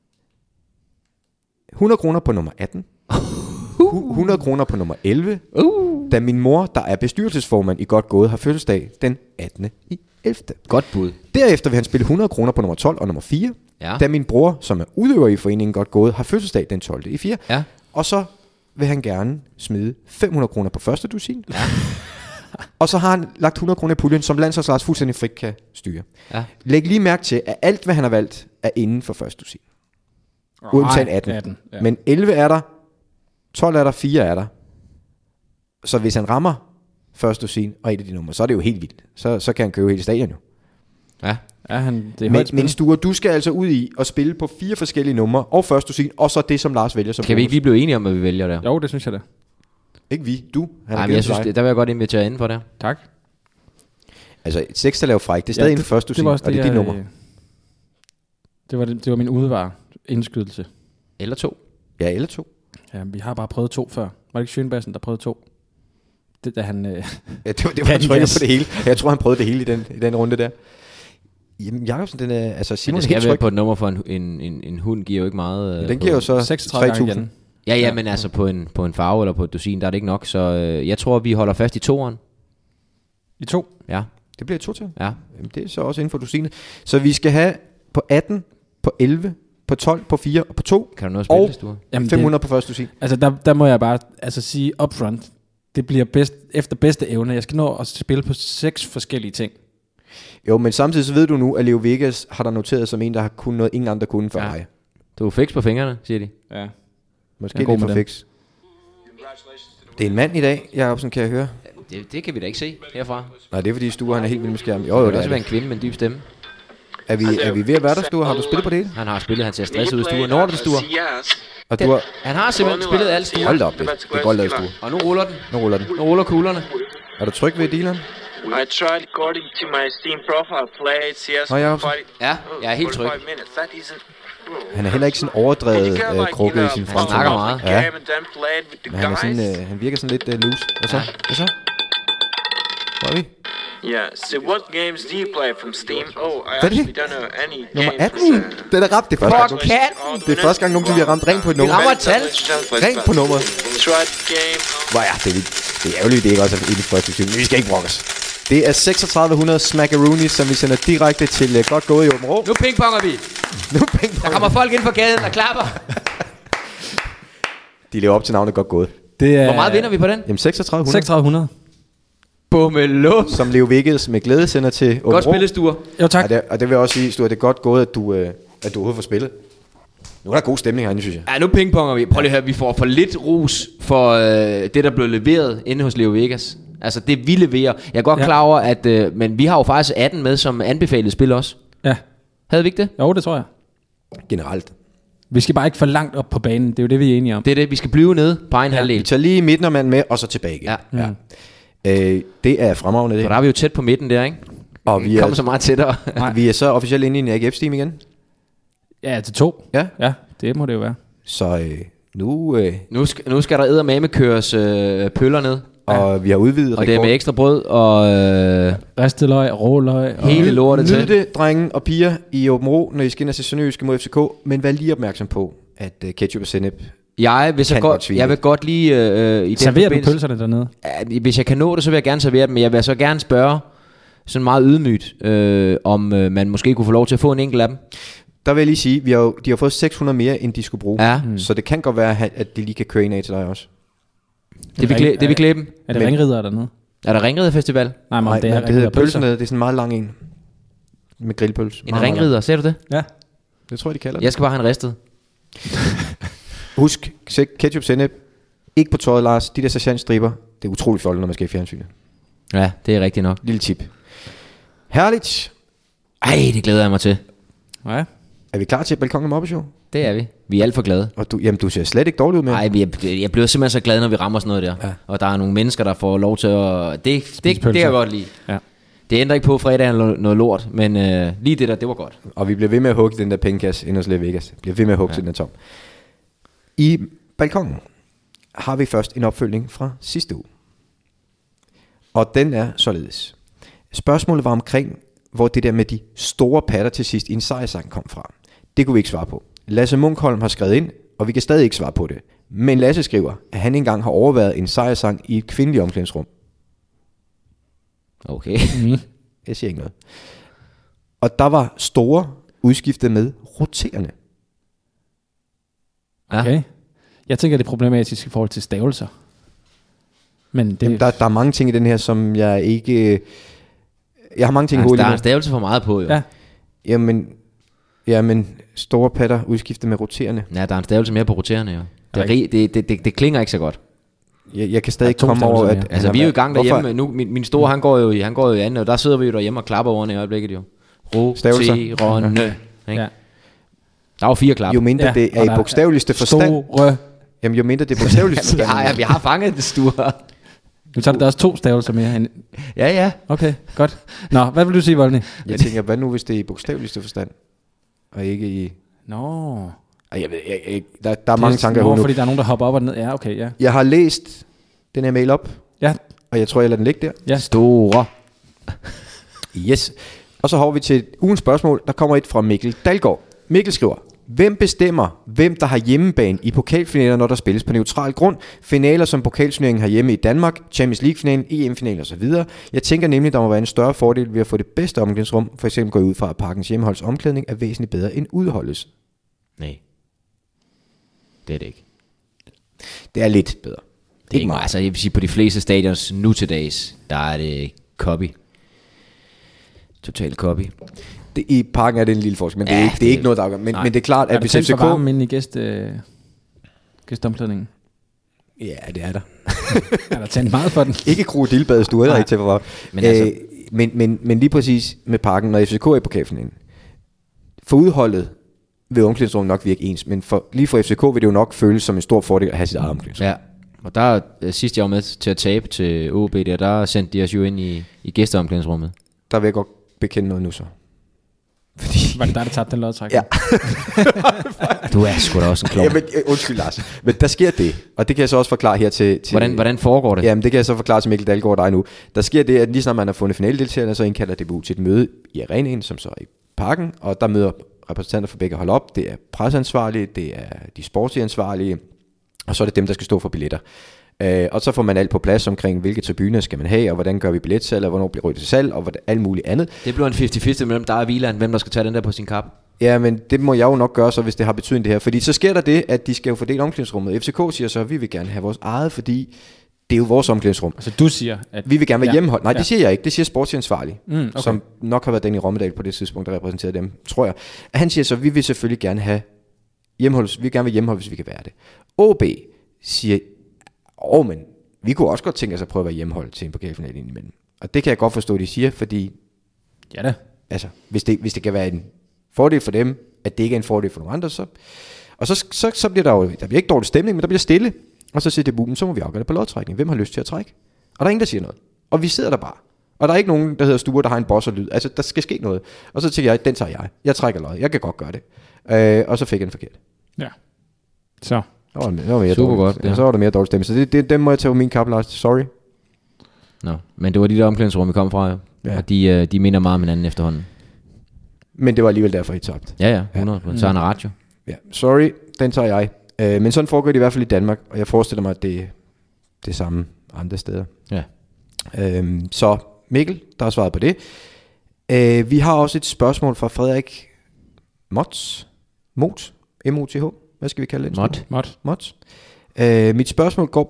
100 kroner på nummer 18, 100 kroner på nummer 11, da min mor, der er bestyrelsesformand i Godt Gået, har fødselsdag den 18. i 11. Godt bud. Derefter vil han spille 100 kroner på nummer 12 og nummer 4, Ja. da min bror, som er udøver i foreningen Godt Gået, har fødselsdag den 12. i 4. Ja. Og så vil han gerne smide 500 kroner på første dusin. Ja. Og så har han lagt 100 kroner i puljen, som landsholdsrets fuldstændig frit kan styre. Ja. Læg lige mærke til, at alt, hvad han har valgt, er inden for første dusin. Undtagen 18. Ja. Men 11 er der, 12 er der, 4 er der. Så hvis han rammer første dusin og et af de numre, så er det jo helt vildt. Så kan han købe hele stadion jo. Ja. Ja, det er Men Sture, du skal altså ud i at spille på 4 forskellige numre og første dusin, og så det, som Lars vælger som Kan vi bonus. ikke lige blive enige om, hvad vi vælger der? Jo, det synes jeg da. Ikke vi, du. Han Nej, men jeg synes, der vil jeg godt invitere inden for det. Tak. Altså et sekstal er jo fræk. Det er stadig inden for første dusin, og det er dit nummer. Det var min udvar indskydelse. Eller 2. Ja, eller 2. Ja, vi har bare prøvet 2 før. Var det ikke Schönbassen, der prøvede 2? Det da han... Ja, det var jeg tror, på det hele. Jeg tror, han prøvede det hele i den runde der. Jamen, Jacobsen, den er... Altså, Men Simon det er skal helt være tryg. på et nummer for en hund, giver jo ikke meget... Den giver jo så 36 gange 3.000. igen. Ja, men altså på en farve eller på et dusin, der er det ikke nok. Så jeg tror, vi holder fast i 2'eren. I 2? Ja. Det bliver 2 til. Ja. Jamen, det er så også inden for dusinet. Så vi skal have på 18, på 11, på 12, på 4 og på 2. Kan du noget at spille, Og hvis du har? Jamen, 500 på første dusin. Altså, der må jeg bare sige upfront. Det bliver efter bedste evne. Jeg skal nå at spille på 6 forskellige ting. Jo, men samtidig så ved du nu, at Leo Vegas har der noteret som en, der har kunnet noget, ingen andre kunne før Ja. dig. Du er fix på fingrene, siger de. Ja. Måske Jeg er god lidt for med dem. fix. Det er en mand i dag, Jacobsen, kan jeg høre. Det kan vi da ikke se herfra. Nej, det er fordi Sture, han er helt vild med skærmen. Jo, det kan også være en kvinde med en dyb stemme. Er vi ved at være der, Sture? Har du spillet på det? Han har spillet, han ser stresset ud, Sture. Når er det, Sture? Og du har... Han har simpelthen spillet alt, Sture. Hold da op, det er godt lavet, Sture. Og nu ruller den. Nu ruller kuglerne. Er du tryg ved dealeren? I tried according to my Steam profile, played CS Nå, Jacobsen. Ja, jeg er helt tryg. Han er heller ikke sådan overdrevet krukket i sin front. Han snakker meget. Ja. Men han, er sådan, han virker sådan lidt loose. Hvad så? Hvor er vi? Yeah, so what games do you play from Steam? Oh, I Hvad er det? actually don't know any Nummer games. 18! Den er ramt. Det er første gang. Det er første gang nogensinde, vi har ramt rent på et nummer. Vi rammer et tal. Rent på nummeret. Tried game. Hvor er det vildt. Det er ærgerligt, det ikke også er i det første division. Men vi skal ikke brokke os. Det er 3600 smackaroonies, som vi sender direkte til Godt Gået i Åben Rå. Nu pingponger vi. Der kommer folk ind fra gaden og klapper. De lever op til navnet Godt Gået. Hvor meget vinder vi på den? Jamen 3600. 3600. Bummelum. Som Leo Vickels med glæde sender til Åben Rå. Godt spillet, Sture. Jo, tak. Og det vil jeg også sige, Sture, det er godt gået, at du overhovedet får spillet. Nu er der god stemning herinde, synes jeg. Ja, nu pingponger vi. Prøv lige at høre, vi får for lidt ros for det, der blev leveret inde hos Leo Vegas. Altså det vi leverer. Jeg er godt klar over, at men vi har jo faktisk 18 med som anbefalet spil også. Ja. Havde vi ikke det? Jo, det tror jeg. Generelt. Vi skal bare ikke for langt op på banen. Det er jo det, vi er enige om. Det er det, vi skal blive nede på egen halvdel. Vi tager lige midtermand med, og så tilbage igen. Ja. Det er fremragende det. For der er vi jo tæt på midten der, ikke? Og vi kommer så meget tættere. Vi er så officielt inde i en AGF-steam igen. Ja, til 2. Ja. Ja, det må det jo være. Så Nu skal der eddermame køres pøller ned. Og vi har udvidet og det er med ekstra brød og ristet løg, rå løg og hele lortet til. Nyd det, drenge og piger i Åben Rå, når I skal ind og se Sønderjyske mod FCK. Men vær lige opmærksom på, at ketchup og sennep jeg vil godt lige i serverer du pølserne dernede? Hvis jeg kan nå det, så vil jeg gerne servere dem. Men jeg vil så gerne spørge sådan meget ydmygt, om man måske kunne få lov til at få en enkelt af dem. Der vil jeg lige sige, de har fået 600 mere, end de skulle bruge. Ja. Så det kan godt være, at de lige kan køre en af til dig også. Det vil klæbe dem. Er det ringridder dernede? Er der ringridderfestival? Nej, det hedder pølserne. Det er sådan en meget lang en. Med grillpølse. En ringridder, ser du det? Ja. Det tror jeg, de kalder det. Jeg skal bare have en ristet. Husk, ketchup, sennep. Ikke på tøjet, Lars. De der sergeantstriber. Det er utroligt fjollet, når man skal i fjernsynet. Ja, det er rigtigt nok. Lille tip. Herligt. Ej, det glæder jeg mig til. Ja. Er vi klar til Balkon Mobbe Show? Det er vi. Vi er alt for glade. Og du ser slet ikke dårlig ud med. Nej, jeg bliver simpelthen så glad, når vi rammer sådan noget der. Ja. Og der er nogle mennesker, der får lov til at... Det kan jeg godt lide. Ja. Det ændrer ikke på fredag noget lort, men lige det der, det var godt. Og vi bliver ved med at hugge den der pengekasse ind hos Leo Vegas. Bliver ved med at hugge den der tom. I balkongen har vi først en opfølgning fra sidste uge. Og den er således. Spørgsmålet var omkring, hvor det der med de store patter til sidst i en sejrsang kom fra. Det kunne vi ikke svare på. Lasse Munkholm har skrevet ind, og vi kan stadig ikke svare på det. Men Lasse skriver, at han engang har overvejet en sejrsang i et kvindeligt omklædningsrum. Okay. Jeg siger ikke noget. Og der var store udskiftet med roterende. Okay. Jeg tænker, det er problematisk i forhold til stavelser. Men det... Jamen, der er mange ting i den her, som jeg ikke... Jeg har mange ting i hovedet. Der er en stavelse for meget på, jo. Ja. Jamen, store patter udskiftet med roterende. Ja, der er en stavelse mere på roterende, jo. Det klinger ikke så godt. Jeg kan stadig ikke komme over, at... Altså, vi er jo i gang derhjemme. Nu, min store, han går jo i anden, og der sidder vi jo derhjemme og klapper ordene i øjeblikket, jo. Roterende. Ja. Der er jo 4 klap. Jo mindre det er i bogstaveligste forstand. Store. Jamen, jo mindre det er bogstaveligste forstand. Vi har fanget det store. Nu tager der også 2 stavelser mere. Ja. Okay, godt. Nå, hvad vil du sige, Volny? Jeg tænker, hvad nu, hvis det er i bogstaveligste forstand? Og ikke i... Nå. Jeg ved, der er mange tanker i hovedet nu. Fordi der er nogen, der hopper op og ned. Ja, okay, ja. Jeg har læst den her mail op. Ja. Og jeg tror, jeg lader den ligge der. Ja. Store. Yes. Og så har vi til ugens spørgsmål. Der kommer et fra Mikkel Dalgaard. Mikkel skriver: hvem bestemmer, hvem der har hjemmebane i pokalfinaler, når der spilles på neutral grund? Finaler som pokalturneringen har hjemme i Danmark, Champions League-finalen, EM-finalen osv. Jeg tænker nemlig, der må være en større fordel ved at få det bedste omklædningsrum. For eksempel går ud fra, at Parkens hjemmeholds omklædning er væsentligt bedre end udholdes. Nej. Det er det ikke. Det er lidt bedre. Det er ikke meget. Altså, jeg vil sige, på de fleste stadions nu til dags, der er det copy. Total copy. I Parken er det en lille forskel, men det er ikke noget, der afgør. Men det er klart, at hvis FCK... Er der varmen inde i gæsteomklædningen? Ja, det er der. Er der tændt meget for den? Ikke krokodilbadet, du er ikke til for. Men altså- Men lige præcis med Parken, når FCK er i pokalfinalen. For udholdet vil omklædningsrummet nok virke ens, men lige for FCK vil det jo nok føles som en stor fordel at have sit eget omklædningsrum. Ja, og der sidst jeg var med til at tabe til OB, der sendte de os jo ind i gæsteomklædningsrummet. Der vil jeg godt bekende noget nu så. Fordi... Var det dig, der tabte den lodtræk? Ja. Du er sgu da også en klog. Ja, men, undskyld Lars, men der sker det, og det kan jeg så også forklare her til Hvordan foregår det? Jamen det kan jeg så forklare til Mikkel Dalgaard og dig nu. Der sker det, at lige snart man har fundet finaledeltagerne, så indkalder DBU til et møde i arenaen, som så er i Parken, og der møder repræsentanter for begge hold op. Det er presseansvarlige, det er de sportslige ansvarlige, og så er det dem, der skal stå for billetter. Og så får man alt på plads omkring, hvilke tribuner skal man have, og hvordan gør vi billetsalg, og hvornår bliver ryddet til salg, og alt muligt andet. Det bliver en 50-50 mellem dig og Wieland, hvem der skal tage den der på sin kap. Ja, men det må jeg jo nok gøre så, hvis det har betydning det her. Fordi så sker der det, at de skal jo fordele omklædningsrummet. FCK siger så, at vi vil gerne have vores eget, fordi det er jo vores omklædningsrum. Altså du siger, at... Vi vil gerne være hjemmeholdt. Nej, det siger jeg ikke. Det siger sportsansvarlig, okay. Som nok har været den i Rommedal på det tidspunkt, der repræsenterede dem, tror jeg. Han siger så, at vi vil selvfølgelig gerne have hjemmehold. Vi vil gerne være hjemmeholdt, hvis vi kan være det. OB siger, men vi kunne også godt tænke os at prøve at være hjemmeholdt til en pokalfinale indimellem. Og det kan jeg godt forstå, de siger, fordi... Ja da. Altså, hvis det kan være en fordel for dem, at det ikke er en fordel for nogle andre, så... Og så bliver der bliver ikke dårlig stemning, men der bliver stille. Og så siger DBU, så må vi afgøre det på lodtrækning. Hvem har lyst til at trække? Og der er ingen, der siger noget. Og vi sidder der bare. Og der er ikke nogen, der hedder Sture, der har en boss og lyd. Altså, der skal ske noget. Og så tænker jeg, den tager jeg. Jeg trækker lod. Jeg kan godt gøre det. Og så fik jeg den forkert. Ja. Så. Super godt. Ja. Så var der mere dårlig stemme. Så det må jeg tage på min kappe, Lars. Sorry. Nå, men det var de der omklædningsrum, vi kom fra, jo. Ja. Og de minder meget om hinanden efterhånden. Men det var alligevel derfor, I tabte. Ja, 100%. Så er en radio. Ja, sorry, den tager jeg. Men sådan foregår det i hvert fald i Danmark, og jeg forestiller mig, at det er det samme andre steder. Ja. Så Mikkel, der har svaret på det. Vi har også et spørgsmål fra Frederik Mots. M-O-T-H. Hvad skal vi kalde det? Mots. Mit spørgsmål går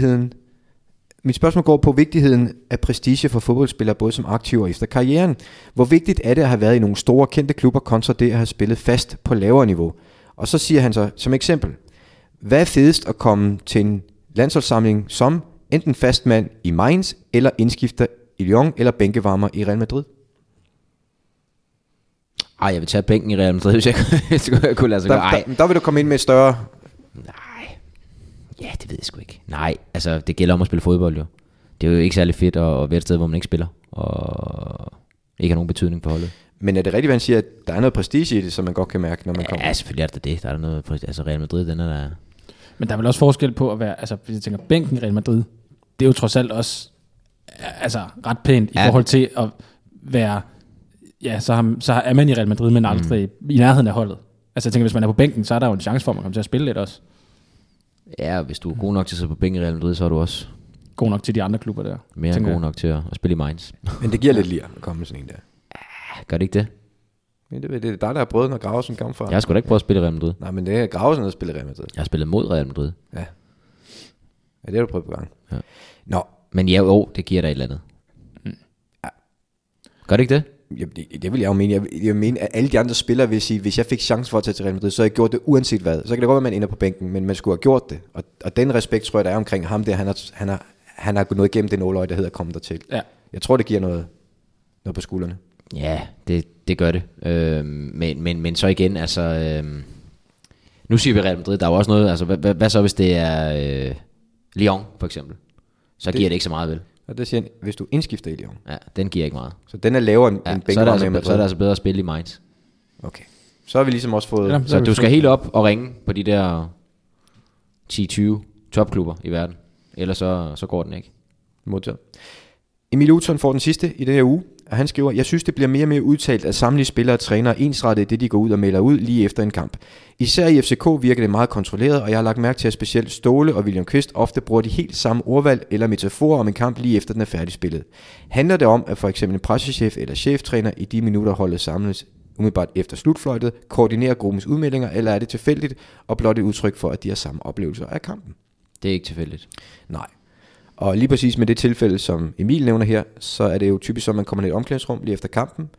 på vigtigheden af prestige for fodboldspillere, både som aktive og efter karrieren. Hvor vigtigt er det at have været i nogle store kendte klubber, kontra det at have spillet fast på lavere niveau? Og så siger han så som eksempel, hvad er fedest at komme til en landsholdssamling som enten fastmand i Mainz, eller indskifter i Lyon, eller bænkevarmer i Real Madrid? Jeg vil tage bænken i Real Madrid, hvis jeg kunne lade sig gøre. Der vil du komme ind med et større... Nej. Ja, det ved jeg sgu ikke. Nej, altså det gælder om at spille fodbold jo. Det er jo ikke særlig fedt at være et sted, hvor man ikke spiller, og ikke har nogen betydning på holdet. Men er det rigtigt, hvad han siger, at der er noget prestige i det, som man godt kan mærke, når man kommer? Ja, selvfølgelig er det. Der er noget prestige. Altså Real Madrid, den er der... Men der er vel også forskel på at være... Altså, hvis jeg tænker, bænken i Real Madrid, det er jo trods alt også ret pænt i forhold til at være... Ja, så er man i Real Madrid, men aldrig i nærheden af holdet. Altså jeg tænker, hvis man er på bænken, så er der jo en chance for, at man kommer til at spille lidt også. Ja, hvis du er god nok til at sidde på bænken i Real Madrid, så er du også... God nok til de andre klubber der. Mere end god nok til at spille i Mainz. Men det giver lidt lir at komme med sådan en der. Gør det ikke det? Men det er dig, der har prøvet, når Gravesen kom fra. Jeg har sgu da ikke prøvet at spille i Real Madrid. Nej, men det er Gravesen, der har spillet i Real Madrid. Jeg har spillet mod Real Madrid. Ja. Ja, det har du prøvet på gang. Ja. Nå. Men ja, det giver dig et eller andet. Ja. Gør det ikke det? Jamen, det vil jeg jo mene. Jeg mener, at alle de andre spillere vil sige, hvis jeg fik chance for at tage til Real Madrid, så havde jeg gjort det uanset hvad. Så kan det godt være, at man ender på bænken, men man skulle have gjort det. Og den respekt, tror jeg, der er omkring ham der, han har gået noget igennem det nåløje, der hedder at komme dertil. Ja. Jeg tror, det giver noget på skuldrene. Ja, det gør det. Men så igen, altså... nu siger vi Real Madrid, der er jo også noget... Altså, hvad så, hvis det er Lyon, for eksempel? Så giver det ikke så meget, vel? Og det siger han, hvis du indskifter i Lyon. Ja, den giver ikke meget. Så den er lavere end bænkevarmer med Madrid. Så er det altså bedre at spille i Mainz. Okay. Så har vi ligesom også fået... Ja, så du skal helt op og ringe på de der 10-20 topklubber i verden. Ellers så går den ikke. Modtaget. Emil Uton får den sidste i den her uge, og han skriver, jeg synes, det bliver mere og mere udtalt, at samtlige spillere og trænere ensrettet det, de går ud og melder ud lige efter en kamp. Især i FCK virker det meget kontrolleret, og jeg har lagt mærke til, at specielt Ståle og William Kvist ofte bruger de helt samme ordvalg eller metaforer om en kamp lige efter den er færdigspillet. Handler det om, at for eksempel en pressechef eller cheftræner i de minutter holdet samles umiddelbart efter slutfløjtet, koordinerer gruppens udmeldinger, eller er det tilfældigt og blot et udtryk for, at de har samme oplevelser af kampen? Det er ikke tilfældigt. Nej. Og lige præcis med det tilfælde, som Emil nævner her, så er det jo typisk, at man kommer ned i et omklædningsrum lige efter kampen,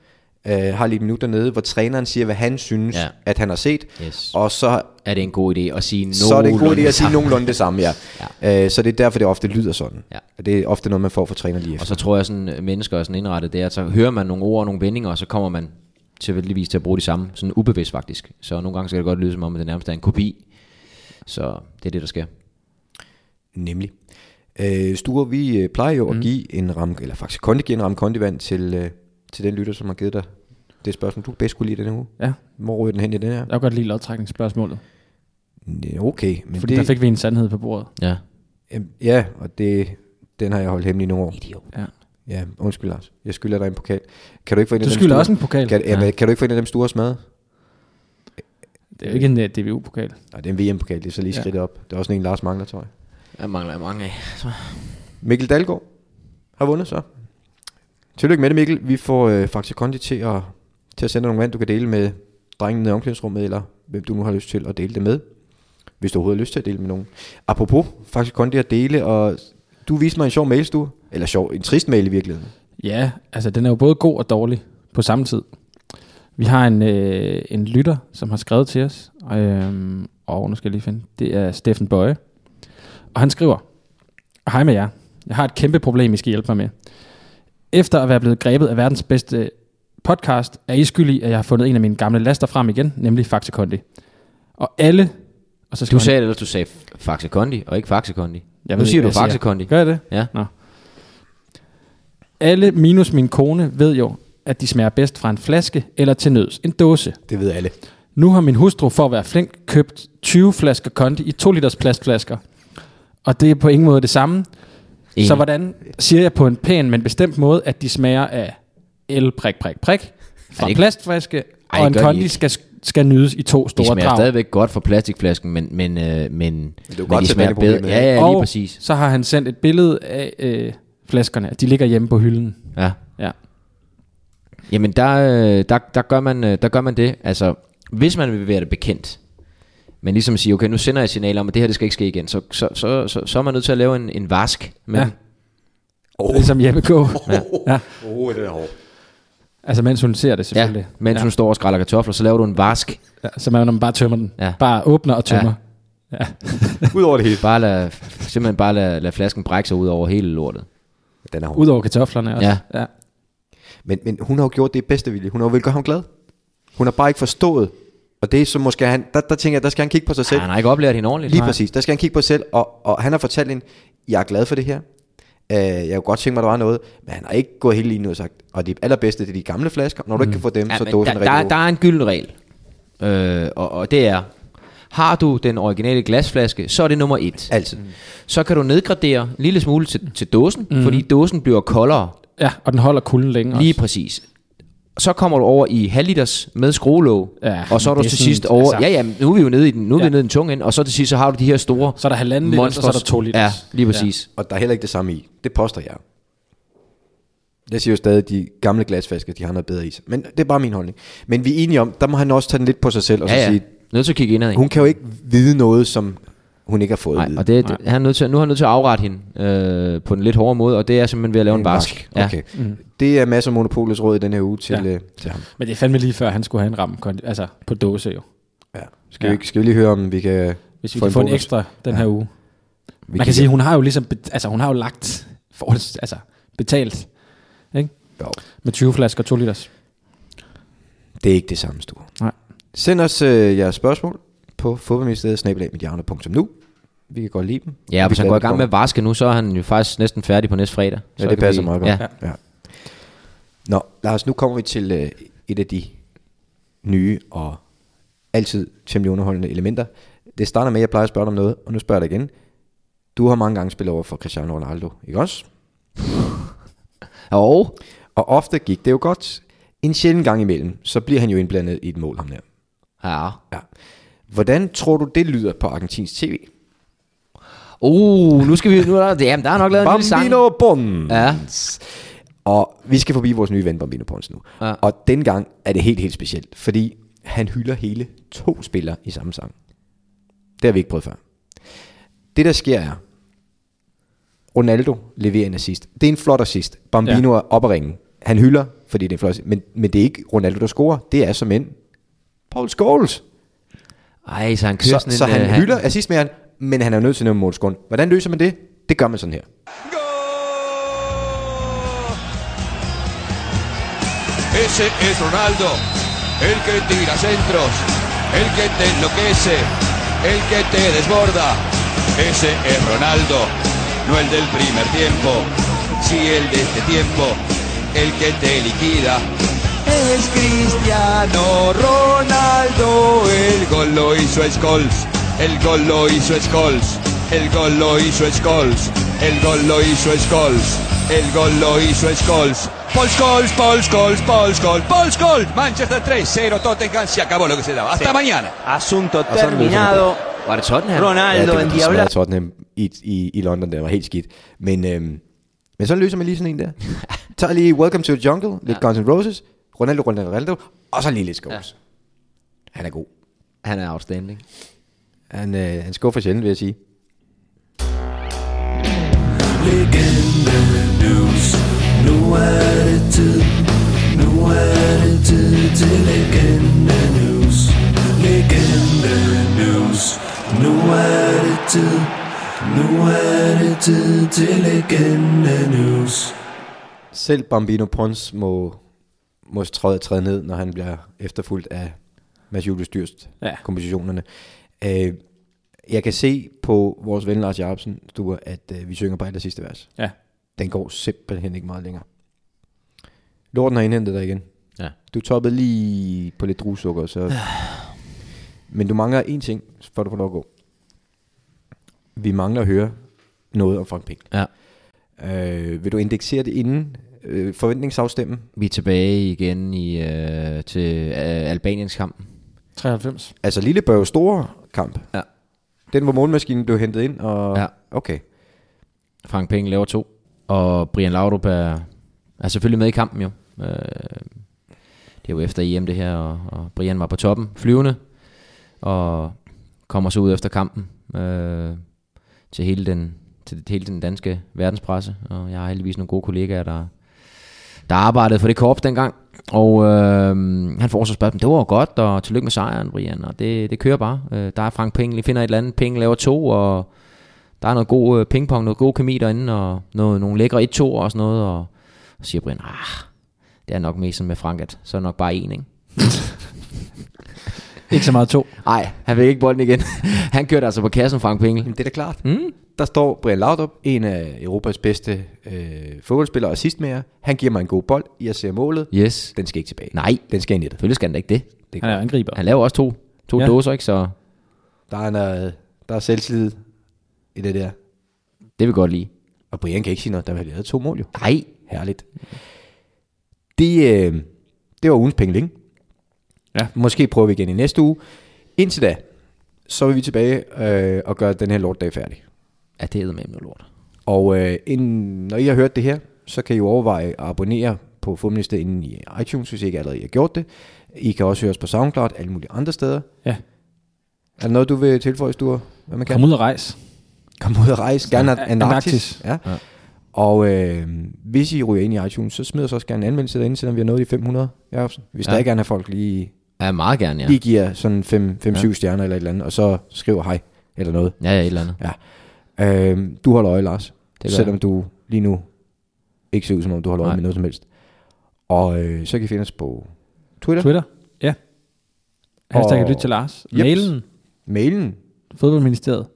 har lige et minut dernede, hvor træneren siger, hvad han synes, at han har set. Yes. Og så er det en god idé at sige nogenlunde. Så er det en god idé at sige nogenlunde det samme, så det er derfor, det ofte lyder sådan. Ja. Det er ofte noget, man får fra træner lige efter. Og så tror jeg, sådan mennesker er sådan indrettet, det er, at så hører man nogle ord og nogle vendinger, og så kommer man tilfældigvis til at bruge de samme, sådan ubevidst faktisk. Så nogle gange skal det godt lyde som om, at det nærmest er en kopi. Så det er det, der sker. Nemlig. Sture, vi plejer jo at give en ramme, eller faktisk Kondi giver en ramme Kondi-vand til den lytter, som har givet dig det spørgsmål, du bedst kunne lide denne uge. Ja. Hvor ryger den hen i den her? Jeg kan godt lide lodtrækningsspørgsmålet. Okay. Men fordi der fik vi en sandhed på bordet. Ja. Ja, og den har jeg holdt hemmelig i nogle år. Idiot. Ja. Ja, undskyld Lars. Jeg skylder dig en pokal. Kan du ikke få en af dem? Du skylder også en pokal. Kan du ikke få en af dem store smad? Det er jo ikke en DVU-pokal. Nej, det er en VM-pokal. Det er så lige skridtet op. Det er også en Lars mangler, tror jeg. Jeg mangler mange af. Mikkel Dalgaard har vundet så. Tillykke med det, Mikkel. Vi får faktisk Kondi til at sende nogle vand, du kan dele med drengen i omklædningsrummet, eller hvem du nu har lyst til at dele det med. Hvis du overhovedet har lyst til at dele med nogen. Apropos faktisk Kondi at dele, og du viste mig en sjov mail, Stue. Eller en trist mail i virkeligheden. Ja, altså den er jo både god og dårlig på samme tid. Vi har en lytter, som har skrevet til os, og nu skal jeg lige finde, det er Steffen Bøje. Og han skriver: hej med jer. Jeg har et kæmpe problem, I skal hjælpe mig med. Efter at være blevet grebet af verdens bedste podcast, er I skyld i, at jeg har fundet en af mine gamle laster frem igen, nemlig Faxe Kondi. Og alle... Og så du sagde det, eller du sagde Faxe Kondi, og ikke Faxe Kondi. Nu siger du Faxe Kondi. Gør jeg det? Ja. Nå. Alle minus min kone ved jo, at de smager bedst fra en flaske eller til nøds en dåse. Det ved alle. Nu har min hustru for at være flink købt 20 flasker Kondi i 2 liters plastflasker. Og det er på ingen måde det samme. Så hvordan siger jeg på en pæn, men bestemt måde, at de smager af fra plastflaske, og en Kondi skal nydes i 2 store drag. De smager stadigvæk godt fra plastikflasken, men de smager bedre. Ja, lige præcis. Så har han sendt et billede af flaskerne. De ligger hjemme på hylden. Ja. Jamen der gør man det. Altså, hvis man vil være det bekendt, men ligesom sige, okay, nu sender jeg signaler om, at det her det skal ikke ske igen, så er man nødt til at lave en vask. Men ligesom Jeppe K. Det er hårdt. Altså mens hun ser det selvfølgelig. Ja, mens hun står og skræller kartofler, så laver du en vask. Ja, så man bare tømmer den. Ja. Bare åbner og tømmer. Ja. Ud over det hele. Simpelthen bare lad flasken brække sig ud over hele lortet. Den er hård. Ud over kartoflerne også. Ja. Men hun har jo gjort det bedste vilje. Hun har jo vel gøre ham glad. Hun har bare ikke forstået. Og det er så måske han, der tænker jeg, der skal han kigge på sig selv. Han har ikke oplært hende ordentligt. Lige præcis, der skal han kigge på sig selv. Og han har fortalt hende, jeg er glad for det her. Jeg kunne godt tænke mig, der var noget. Men han har ikke gået helt lige nu og sagt, og det allerbedste, det er de gamle flasker. Når du ikke kan få dem, så dåsen rigtig god. Der er en gylden regel. Og det er, har du den originale glasflaske, så er det nummer 1. Altid. Så kan du nedgradere en lille smule til dåsen, fordi dåsen bliver koldere. Ja, og den holder kulden længe lige også. Præcis. Så kommer du over i halvliters med skruelåg, og så er du til sidst over. Altså, nu er vi jo nede i den, nu er vi nede i den tunge ende, og så til sidst så har du de her store. Så er der 1,5 liter, og så er der 2 liter. Ja, lige præcis. Og der er heller ikke det samme i. Det påstår jeg. Jeg siger jo stadig, at de gamle glasflasker, de har noget bedre i sig. Men det er bare min holdning. Men vi er enige om, der må han også tage den lidt på sig selv og så sige, nødt til at kigge indad. Hun kan jo ikke vide noget, som hun ikke har fået at vide. Og han er nødt til, nu er han nødt til at afrette hende på den lidt hårde måde, og det er simpelthen ved at lave en vask. Okay. Det er masser af Monopolets råd i den her uge til ham. Men det er fandme lige før, han skulle have en ramme, altså på dåse jo. Ja. Skal vi lige høre, om vi kan hvis vi kan få en ekstra den her uge. Man kan sige, hun har jo ligesom, hun har jo lagt betalt, ikke? Jo. Med 20 flasker 2 liters. Det er ikke det samme, Sture. Nej. Send os jeres spørgsmål på fodboldministeriet@mediano.nu. Vi kan godt lide dem. Ja, og hvis han går i gang med at vaske nu, så er han jo faktisk næsten færdig på næste fredag. Ja, det passer meget godt. Ja. Nå, Lars, nu kommer vi til et af de nye og altid temmelig underholdende elementer. Det starter med, at jeg plejer at spørge dig om noget, og nu spørger jeg dig igen. Du har mange gange spillet over for Cristiano Ronaldo, ikke også? Og ofte gik det jo godt. En sjælden gang imellem, så bliver han jo indblandet i et mål, ham der. Ja. Hvordan tror du, det lyder på argentinsk tv? Nu skal vi... der er nok lavet en lille sang. Bambino Pons. Ja. Og vi skal forbi vores nye ven Bambino Pons nu. Ja. Og dengang er det helt specielt, fordi han hylder hele 2 spillere i samme sang. Det har vi ikke prøvet før. Det der sker er, Ronaldo leverer en assist. Det er en flot assist. Bambino er op at ringe. han hylder, fordi det er flot, men det er ikke Ronaldo, der scorer. Det er som en Paul Scholes. Ej, så han kører sådan så han hylder assistmageren, men han er nødt til at nå målscoren. Hvordan løser man det? Det gør man sådan her. Ese es Ronaldo, el que tira centros, el que te enloquece, el que te desborda. Ese es Ronaldo, no el del primer tiempo, sí el de este tiempo, el que te liquida. Es Cristiano Ronaldo, el gol lo hizo Scholes, el gol lo hizo Scholes, el gol lo hizo Scholes, el gol lo hizo Scholes, el gol lo hizo Scholes. Paul Scholes, Paul Scholes, Paul Scholes, Paul Scholes. Manchester 3-0, Tottenham, se acabó lo que se daba. Hasta mañana. Asunto terminado. Var det Tottenham? Ronaldo en diabla. Tottenham i London, der var helt skidt. Men så løser man lige sådan en der. Tager lige Welcome to the Jungle, lidt Guns N' Roses, Ronaldo, og så lige lidt Scholes. Ja. Han er god. Han er outstanding. Han skuffer sjældent, vil jeg sige. Legende news. Nu er det tid. Nu er det tid til Legende news. Legende news. Nu er det tid. Nu er det tid til Legende news. Selv Bambino Pons må træde ned, når han bliver efterfulgt af Mads Julius Dyrst kompositionerne. Jeg kan se på vores ven Lars Jacobsen, at vi synger på det sidste vers. Ja. Den går simpelthen ikke meget længere. Lorten har indhentet dig igen. Ja. Du toppede lige på lidt druesukker, så... Men du mangler en ting, for du får lov at gå. Vi mangler at høre noget om Frank Ping. Ja. Vil du indeksere det inden forventningsafstemmen? Vi er tilbage igen til Albaniens kamp. 93. Altså Lillebørge store kamp. Ja. Den, hvor målmaskinen blev hentet ind, og... Ja. Okay. Frank Ping laver 2, og Brian Laudrup er selvfølgelig med i kampen jo. Det er jo efter EM det her, og Brian var på toppen, flyvende, og kommer så ud efter kampen til hele den danske verdenspresse, og jeg har heldigvis nogle gode kollegaer, der arbejdede for det korps dengang, og han får så spørgsmål, det var godt, og tillykke med sejren, Brian, og det kører bare. Der er Frank Ping, finder et eller andet, Ping laver 2, og der er noget god pingpong, noget god kemi derinde, og nogle lækre 1-2 og sådan noget, og siger Brian, det er nok mest sådan med Frank, at så er det nok bare 1, ikke? Ikke så meget 2. Nej, han fik ikke bolden igen. Han kørte altså på kassen, Frank Ping. Det er da klart. Der står Brian Laudrup, en af Europas bedste fodboldspillere og assistmager. Han giver mig en god bold, jeg ser målet. Yes. Den skal ikke tilbage. Nej, den skal ind i det. Selvfølgelig skal den da ikke det. Han er angriber. Han laver også to dåser, ikke? Så der er selvtillid i det der. Det vil godt lide. Og Brian kan ikke sige noget, der har lavet 2 mål jo. Nej. Herligt. Det var ugens penge, ikke? Ja. Måske prøver vi igen i næste uge. Indtil da, så vil vi tilbage og gøre den her lortdag færdig. Ja, det er med noget lort. Og når I har hørt det her, så kan I jo overveje at abonnere på Fodboldministeriet inde i iTunes, hvis I ikke allerede har gjort det. I kan også høre os på SoundCloud, alle mulige andre steder. Ja. Er der noget, du vil tilføje, Sture? Hvad man kan? Kom ud og rejs. Kom ud og rejse. Gerne Antarktis. Ja. Og hvis I ryger ind i iTunes, så smider os også gerne en anmeldelse derinde, selvom vi har nået de 500. Jacobsen. Hvis der ikke gerne have folk lige... Ja, meget gerne, ja. Lige giver sådan 5-7 stjerner eller et eller andet, og så skriver hej eller noget. Ja, et eller andet. Ja. Du holder øje, Lars. Selvom jeg. du lige nu ikke ser ud, som om du holder øje med noget som helst. Og så kan I finde os på Twitter. Ja. Hashtag lyt til Lars. Mailen. Fodboldministeriet.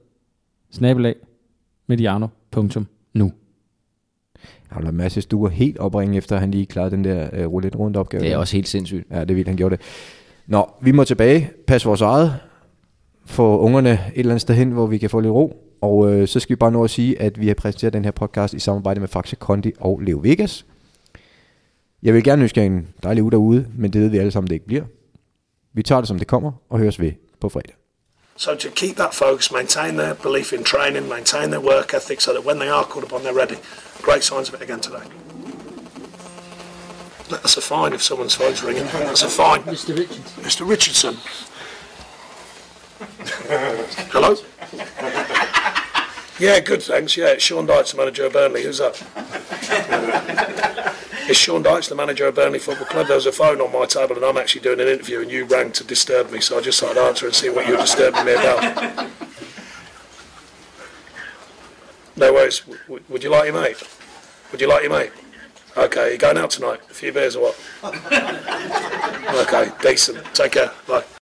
/mediano.nu. Jeg har ladet Mads Stuer helt opringe, efter han lige klarede den der roulette rundt opgave. Det er også helt sindssygt. Ja, det er vildt, han gjorde det. Nå, vi må tilbage. Pas vores eget. Få ungerne et eller andet sted hen, hvor vi kan få lidt ro. Og så skal vi bare nå at sige, at vi har præsenteret den her podcast i samarbejde med Faxe Kondi og Leo Vegas. Jeg vil gerne ønske jer en dejlig uge derude, men det ved vi alle sammen, det ikke bliver. Vi tager det, som det kommer, og høres ved på fredag. So to keep that focus, maintain their belief in training, maintain their work ethic, so that when they are called upon, they're ready. Great signs of it again today. That's a fine if someone's phone's ringing. That's a fine. Mr. Richardson. Mr. Richardson. Hello? Yeah, good, thanks. Yeah, it's Sean Dyche, the manager of Burnley. Who's that? It's Sean Dyche, the manager of Burnley Football Club. There was a phone on my table and I'm actually doing an interview and you rang to disturb me, so I just thought I'd answer and see what you were disturbing me about. No worries. Would you like your mate? Would you like your mate? Okay, you going out tonight? A few beers or what? Okay, decent. Take care. Bye.